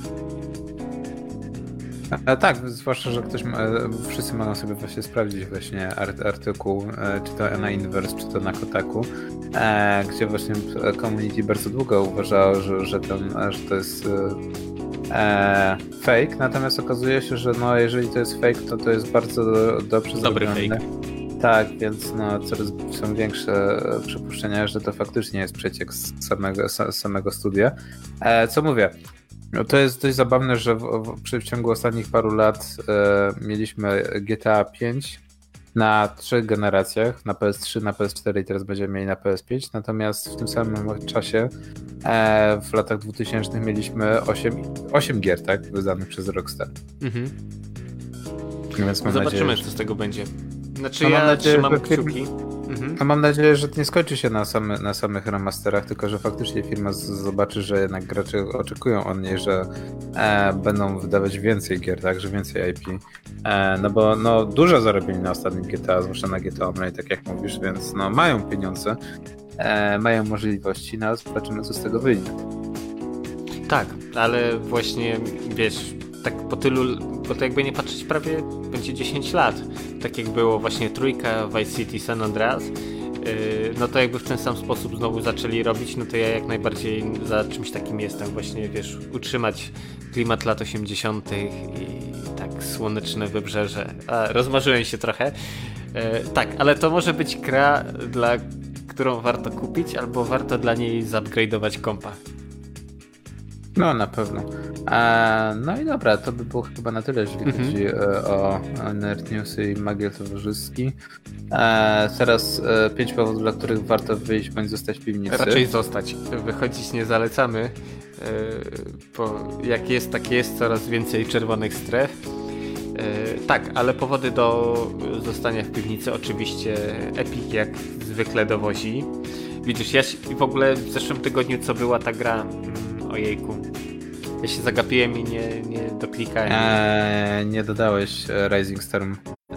A tak, zwłaszcza, że ktoś ma, wszyscy mogą sobie właśnie sprawdzić właśnie artykuł, czy to na Inverse, czy to na Kotaku, e, gdzie właśnie community bardzo długo uważało, że, że, ten, że to jest e, fake, natomiast okazuje się, że no, jeżeli to jest fake, to to jest bardzo dobrze Dobry zrobione. Fake. Tak, więc no, coraz są większe przypuszczenia, że to faktycznie jest przeciek z samego, z samego studia. E, co mówię? No to jest dość zabawne, że w, w, w ciągu ostatnich paru lat e, mieliśmy G T A pięć na trzech generacjach, na P S trzy, na P S cztery i teraz będziemy mieli na P S pięć, natomiast w tym samym czasie e, w latach dwutysięcznych mieliśmy osiem gier, tak, wydanych przez Rockstar. Mhm. Więc mam Zobaczymy, nadzieję, że... co z tego będzie. Znaczy no ja nadzieję, trzymam że... kciuki. Mhm. A mam nadzieję, że to nie skończy się na, same, na samych remasterach, tylko że faktycznie firma z, zobaczy, że jednak gracze oczekują od niej, że e, będą wydawać więcej gier, tak, że więcej I P. E, no bo no, dużo zarobili na ostatnim G T A, zwłaszcza na G T A Online, tak jak mówisz, więc no, mają pieniądze, e, mają możliwości, no zobaczymy, co z tego wyjdzie. Tak, ale właśnie, wiesz, tak po tylu, bo to jakby nie patrzeć, prawie będzie dziesięć lat. Tak jak było właśnie trójka, Vice City, San Andreas no to jakby w ten sam sposób znowu zaczęli robić, no to ja jak najbardziej za czymś takim jestem. Właśnie, wiesz, utrzymać klimat lat osiemdziesiątych i tak słoneczne wybrzeże. A, rozmarzyłem się trochę. E, tak, ale to może być gra, dla którą warto kupić, albo warto dla niej zupgrade'ować kompa. No, na pewno. E, no i dobra, to by było chyba na tyle, jeżeli mm-hmm. chodzi e, o Nerd Newsy i Magiel Towarzyski. E, teraz e, pięć powodów, dla których warto wyjść bądź zostać w piwnicy. Raczej zostać. Wychodzić nie zalecamy. E, bo jak jest, tak jest, coraz więcej czerwonych stref. E, tak, ale powody do zostania w piwnicy oczywiście Epic jak zwykle dowozi. Widzisz, ja w ogóle w zeszłym tygodniu co była ta gra... Ojejku. Ja się zagapiłem i nie, nie doklikałem. Eee, nie dodałeś Rising Storm.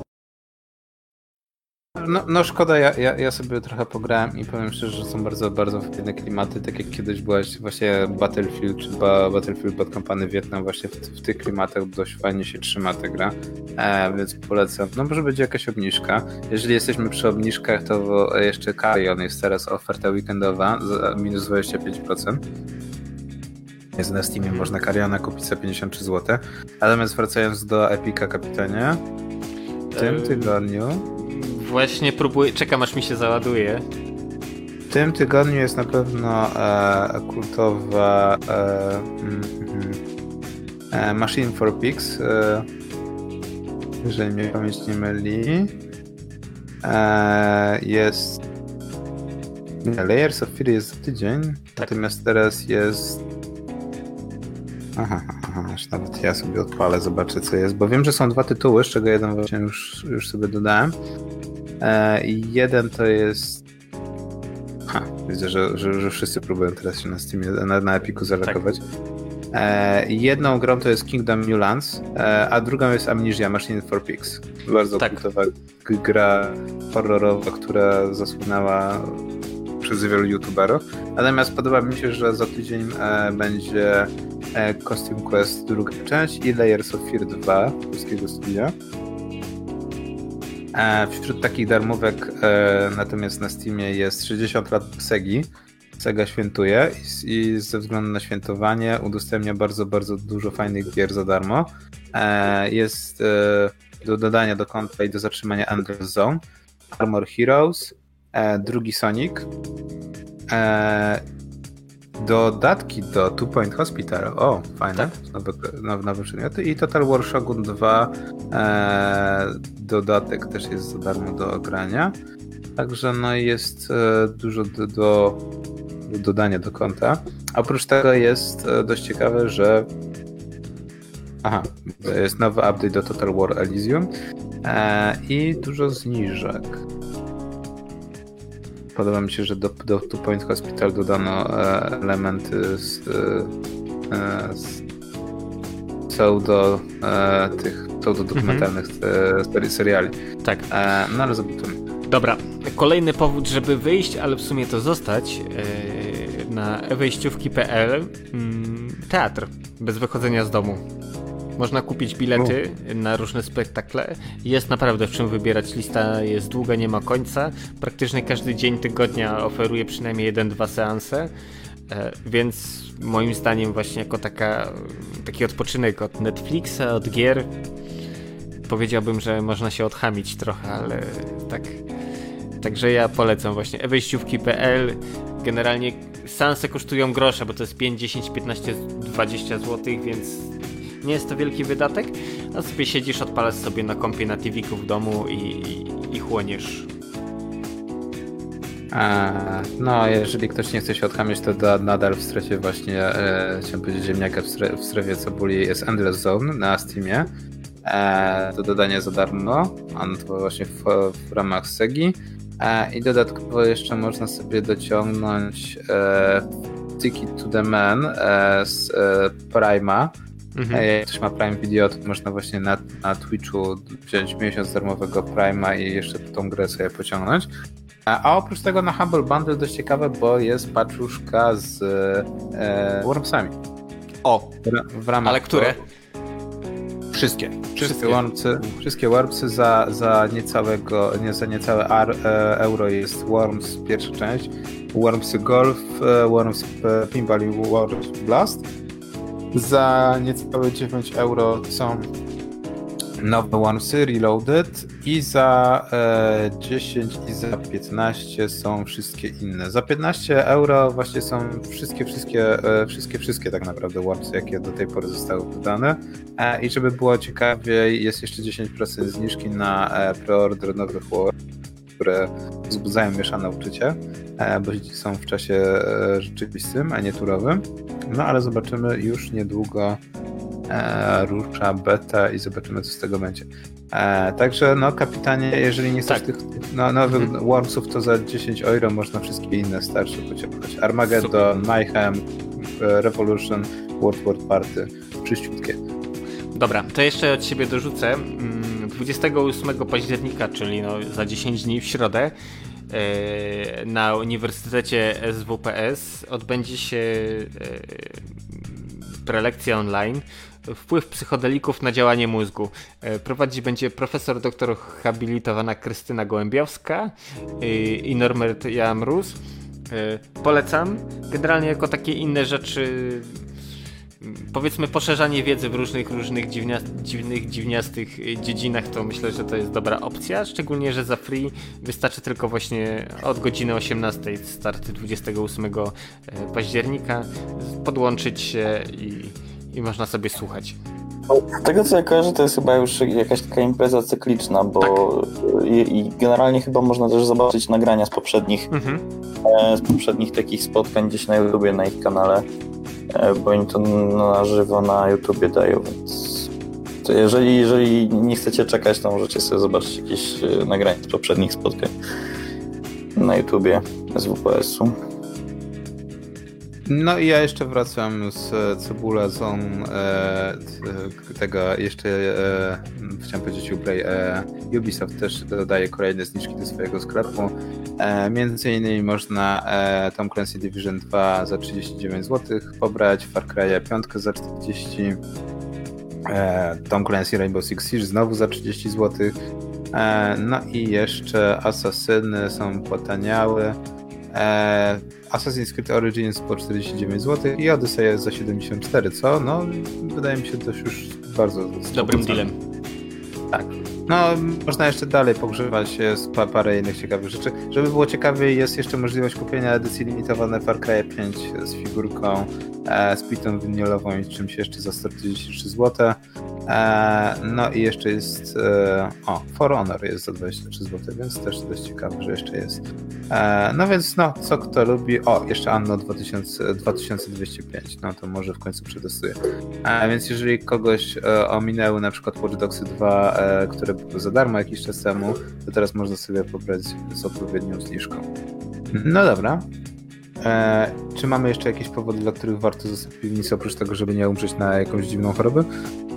No, no szkoda, ja, ja, ja sobie trochę pograłem i powiem szczerze, że są bardzo, bardzo fajne klimaty, tak jak kiedyś byłaś właśnie Battlefield czy ba, Battlefield Bad Company Vietnam, właśnie w, w tych klimatach dość fajnie się trzyma ta gra, e, więc polecam. No może będzie jakaś obniżka. Jeżeli jesteśmy przy obniżkach, to jeszcze Carrion jest teraz oferta weekendowa za minus dwadzieścia pięć procent. Jest na Steamie, można Cariona kupić za pięćdziesiąt trzy złote. Natomiast wracając do Epica, kapitanie, w tym tygodniu... Właśnie próbuję, czekam aż mi się załaduje. W tym tygodniu jest na pewno e, kultowa e, mm, e, Machine for Pigs, e, jeżeli mnie pamięć nie myli. E, jest... Nie, Layers of Fear jest za tydzień, tak. Natomiast teraz jest... Aha, aha, aż nawet ja sobie odpalę, zobaczę co jest, bo wiem, że są dwa tytuły, z czego jeden właśnie już, już sobie dodałem. E, I jeden to jest... Ha, widzę, że, że, że wszyscy próbują teraz się na Steamie, na, na Epiku zareagować. Tak. E, jedną grą to jest Kingdom New Lands, e, a drugą jest Amnesia Machine for Pigs. Bardzo tak. kultowa gra horrorowa, która zasłynęła przez wielu youtuberów. Natomiast podoba mi się, że za tydzień e, będzie e, Costume Quest druga część i Layers of Fear dwa polskiego studia. E, wśród takich darmówek e, natomiast na Steamie jest sześćdziesiąt lat Segi. Sega świętuje i, i ze względu na świętowanie udostępnia bardzo, bardzo dużo fajnych gier za darmo. E, jest e, do dodania do konta i do zatrzymania Endless Zone, Armor Heroes, e, drugi Sonic, e, dodatki do Two Point Hospital, o fajne, tak. nowe, nowe, nowe przedmioty i Total War Shogun dwa, e, dodatek też jest za darmo do ogrania, także no jest e, dużo do, do, do dodania do konta. A oprócz tego jest e, dość ciekawe, że aha, jest nowy update do Total War Elysium e, i dużo zniżek. Podoba mi się, że do, do Two Point Hospital dodano e, elementy z, e, z pseudo e, tych pseudo-dokumentalnych mm-hmm. seriali. Tak. E, no ale zobaczymy. Dobra, kolejny powód, żeby wyjść, ale w sumie to zostać e, na wejściówki kropka pe el mm, teatr bez wychodzenia z domu. Można kupić bilety U. na różne spektakle. Jest naprawdę w czym wybierać. Lista jest długa, nie ma końca. Praktycznie każdy dzień tygodnia oferuje przynajmniej jeden, dwa seanse. E, więc moim zdaniem właśnie jako taka, taki odpoczynek od Netflixa, od gier, powiedziałbym, że można się odchamić trochę, ale tak. Także ja polecam właśnie e-wejściówki kropka pe el. Generalnie seanse kosztują grosze, bo to jest pięć, dziesięć, piętnaście, dwadzieścia złotych, więc nie jest to wielki wydatek, a sobie siedzisz, odpalasz sobie na kompie, na T V-ku w domu i, i, i chłoniesz. A, no, jeżeli ktoś nie chce się odchamiać, to da, nadal w strefie właśnie, e, chciałem powiedzieć ziemniaka, w, stre, w strefie cebuli jest Endless Zone na Steamie. E, do dodania za darmo, on to właśnie w, w ramach Segi. E, I dodatkowo jeszcze można sobie dociągnąć e, Ticket to the Man e, z e, Prima. Mhm. Jak ktoś ma Prime Video, to można właśnie na, na Twitchu wziąć miesiąc darmowego Prime'a i jeszcze tą grę sobie pociągnąć. A, a oprócz tego na Humble Bundle dość ciekawe, bo jest paczuszka z e, Wormsami. O, w ramach ale które? Wszystkie. Wszystkie, wszystkie Wormsy, wszystkie Wormsy za, za niecałego, nie, za niecałe ar, e, euro jest Worms pierwsza część, Wormsy Golf, e, Worms Pinball i Worms Blast. Za niecałe dziewięć euro są nowe Wormsy Reloaded i za e, dziesięć i za piętnaście są wszystkie inne. Za piętnaście euro właśnie są wszystkie, wszystkie, e, wszystkie, wszystkie tak naprawdę Wormsy, jakie do tej pory zostały wydane. E, I żeby było ciekawiej, jest jeszcze dziesięć procent zniżki na e, preorder nowych Wormsów, które wzbudzają mieszane uczucie, e, bo są w czasie e, rzeczywistym, a nie turowym. No ale zobaczymy już niedługo. E, rusza beta i zobaczymy, co z tego będzie. E, także no kapitanie, jeżeli nie chcesz tak. tych no, nowych mm-hmm. Wormsów, to za dziesięć euro można wszystkie inne starsze pociągnąć. Armageddon, Super. Mayhem, Revolution, World War Party, czyściutkie. Dobra, to jeszcze od siebie dorzucę. dwudziestego ósmego października, czyli no za dziesięć dni w środę, na Uniwersytecie S W P S odbędzie się prelekcja online Wpływ psychodelików na działanie mózgu. Prowadzić będzie profesor doktor habilitowana Krystyna Gołębiowska i Norbert Jamrus. Polecam. Generalnie jako takie inne rzeczy, powiedzmy poszerzanie wiedzy w różnych, różnych dziwnia, dziwnych, dziwniastych dziedzinach, to myślę, że to jest dobra opcja, szczególnie, że za free wystarczy tylko właśnie od godziny osiemnastej, start dwudziestego ósmego października, podłączyć się i, i można sobie słuchać. Z tego co ja kojarzę, to jest chyba już jakaś taka impreza cykliczna, bo tak. i, i generalnie chyba można też zobaczyć nagrania z poprzednich, mhm. e, z poprzednich takich spotkań gdzieś na YouTubie, na ich kanale, e, bo oni to na żywo na YouTubie dają, więc to jeżeli, jeżeli nie chcecie czekać, to możecie sobie zobaczyć jakieś nagrania z poprzednich spotkań na YouTubie S W P S u. No i ja jeszcze wracam z cebulazą e, tego jeszcze e, chciałem powiedzieć Uplay. E, Ubisoft też dodaje kolejne zniżki do swojego sklepu. E, między innymi można e, Tom Clancy Division dwa za trzydzieści dziewięć złotych pobrać, Far Cry'a pięć za czterdzieści, e, Tom Clancy Rainbow Six Siege znowu za trzydzieści złotych. E, no i jeszcze Asasyny są potaniały. E, Assassin's Creed Origins po czterdzieści dziewięć złotych i Odyssey za siedemdziesiąt cztery, co no wydaje mi się dość już bardzo dobrym dealem. Tak. No można jeszcze dalej pogrzewać z parę innych ciekawych rzeczy. Żeby było ciekawiej, jest jeszcze możliwość kupienia edycji limitowanej Far Cry pięć z figurką, e, z pitą winylową i czymś jeszcze za sto trzydzieści trzy złote. E, no i jeszcze jest e, o, For Honor jest za dwadzieścia trzy złote, więc też dość ciekawe, że jeszcze jest. E, no więc no, co kto lubi, o, jeszcze Anno dwa tysiące dwieście pięć, no to może w końcu przetestuję. E, więc jeżeli kogoś e, ominęły na przykład Watch Dogsy dwa, e, które były za darmo jakiś czas temu, to teraz można sobie pobrać z odpowiednią zniżką. No dobra. E, czy mamy jeszcze jakieś powody, dla których warto zostać w piwnicy, oprócz tego, żeby nie umrzeć na jakąś dziwną chorobę?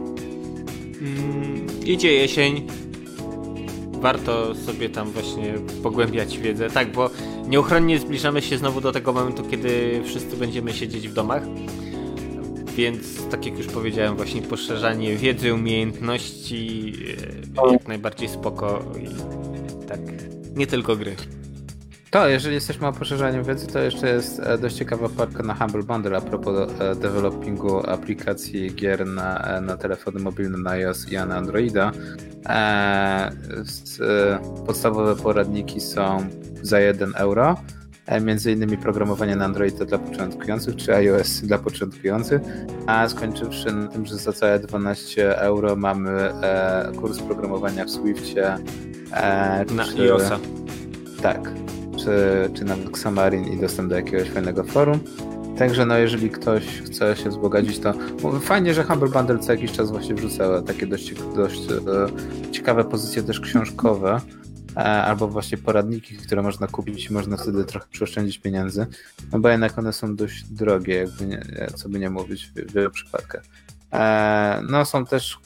Mm, idzie jesień. Warto sobie tam właśnie pogłębiać wiedzę. Tak, bo nieuchronnie zbliżamy się znowu do tego momentu, kiedy wszyscy będziemy siedzieć w domach. Więc tak jak już powiedziałem, właśnie poszerzanie wiedzy, umiejętności jak najbardziej spoko i tak, nie tylko gry. To, jeżeli jesteśmy o poszerzaniu wiedzy, to jeszcze jest dość ciekawa parka na Humble Bundle a propos developingu aplikacji gier na, na telefony mobilne na iOS i na Androida. E, z, podstawowe poradniki są za jeden euro. Między innymi programowanie na Androida dla początkujących, czy iOS dla początkujących, a skończywszy na tym, że za całe dwanaście euro mamy e, kurs programowania w Swiftie. E, na czy, iOS-a. Tak, czy, czy na Xamarin i dostęp do jakiegoś fajnego forum. Także no, jeżeli ktoś chce się wzbogacić, to fajnie, że Humble Bundle co jakiś czas właśnie wrzucała takie dość, dość e, ciekawe pozycje też książkowe, albo właśnie poradniki, które można kupić i można wtedy trochę przeoszczędzić pieniędzy, no bo jednak one są dość drogie, jakby nie, co by nie mówić w wielu przypadkach. No są też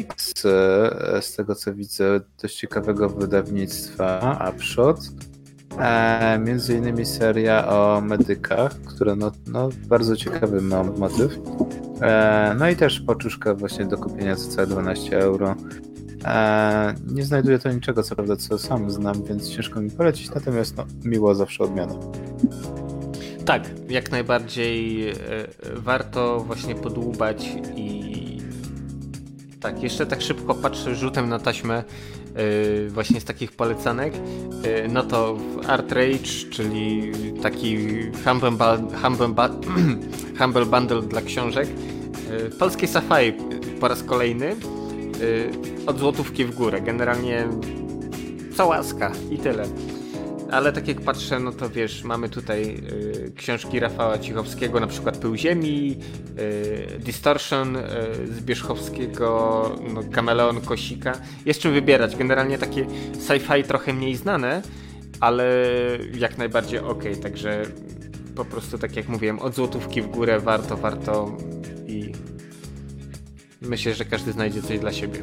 komiksy, z tego co widzę, dość ciekawego wydawnictwa Upshot. E, między innymi seria o medykach, która no, no bardzo ciekawy ma motyw. E, no i też paczuszka właśnie do kupienia za całe dwanaście euro. E, nie znajduję to niczego, co prawda, co sam znam, więc ciężko mi polecić, natomiast no, miło zawsze odmiana. Tak, jak najbardziej e, warto właśnie podłubać i tak, jeszcze tak szybko patrzę rzutem na taśmę e, właśnie z takich polecanek, e, no to w Art Rage, czyli taki Humble, ba- humble, ba- humble Bundle dla książek, e, polskie sci-fi po raz kolejny, e, od złotówki w górę, generalnie co łaska i tyle. Ale tak jak patrzę, no to wiesz, mamy tutaj y, książki Rafała Cichowskiego, na przykład Pył Ziemi, y, Distortion y, z Bierzchowskiego, no, Kameleon Kosika. Jest czym wybierać. Generalnie takie sci-fi trochę mniej znane, ale jak najbardziej okej. Okay. Także po prostu tak jak mówiłem, od złotówki w górę warto, warto i myślę, że każdy znajdzie coś dla siebie.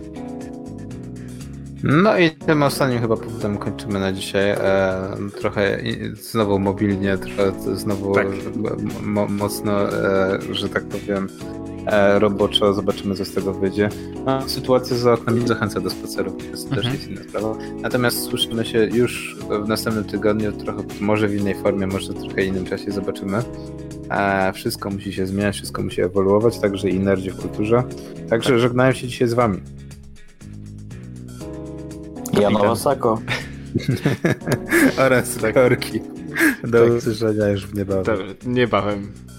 No i tym ostatnim chyba powodem kończymy na dzisiaj. E, trochę i, znowu mobilnie, trochę znowu tak. mo, mocno, e, że tak powiem, e, roboczo. Zobaczymy, co z tego wyjdzie. No, sytuacja za oknem nie zachęca do spacerów, to jest mhm. też jest inna sprawa. Natomiast słyszymy się już w następnym tygodniu, trochę może w innej formie, może w trochę innym czasie, zobaczymy. E, wszystko musi się zmieniać, wszystko musi ewoluować, także i nerdzi w kulturze. Także tak. Żegnają się dzisiaj z wami. Janowa Sako. Oraz Korki. Do usłyszenia już w niebawem. Dobrze, niebawem.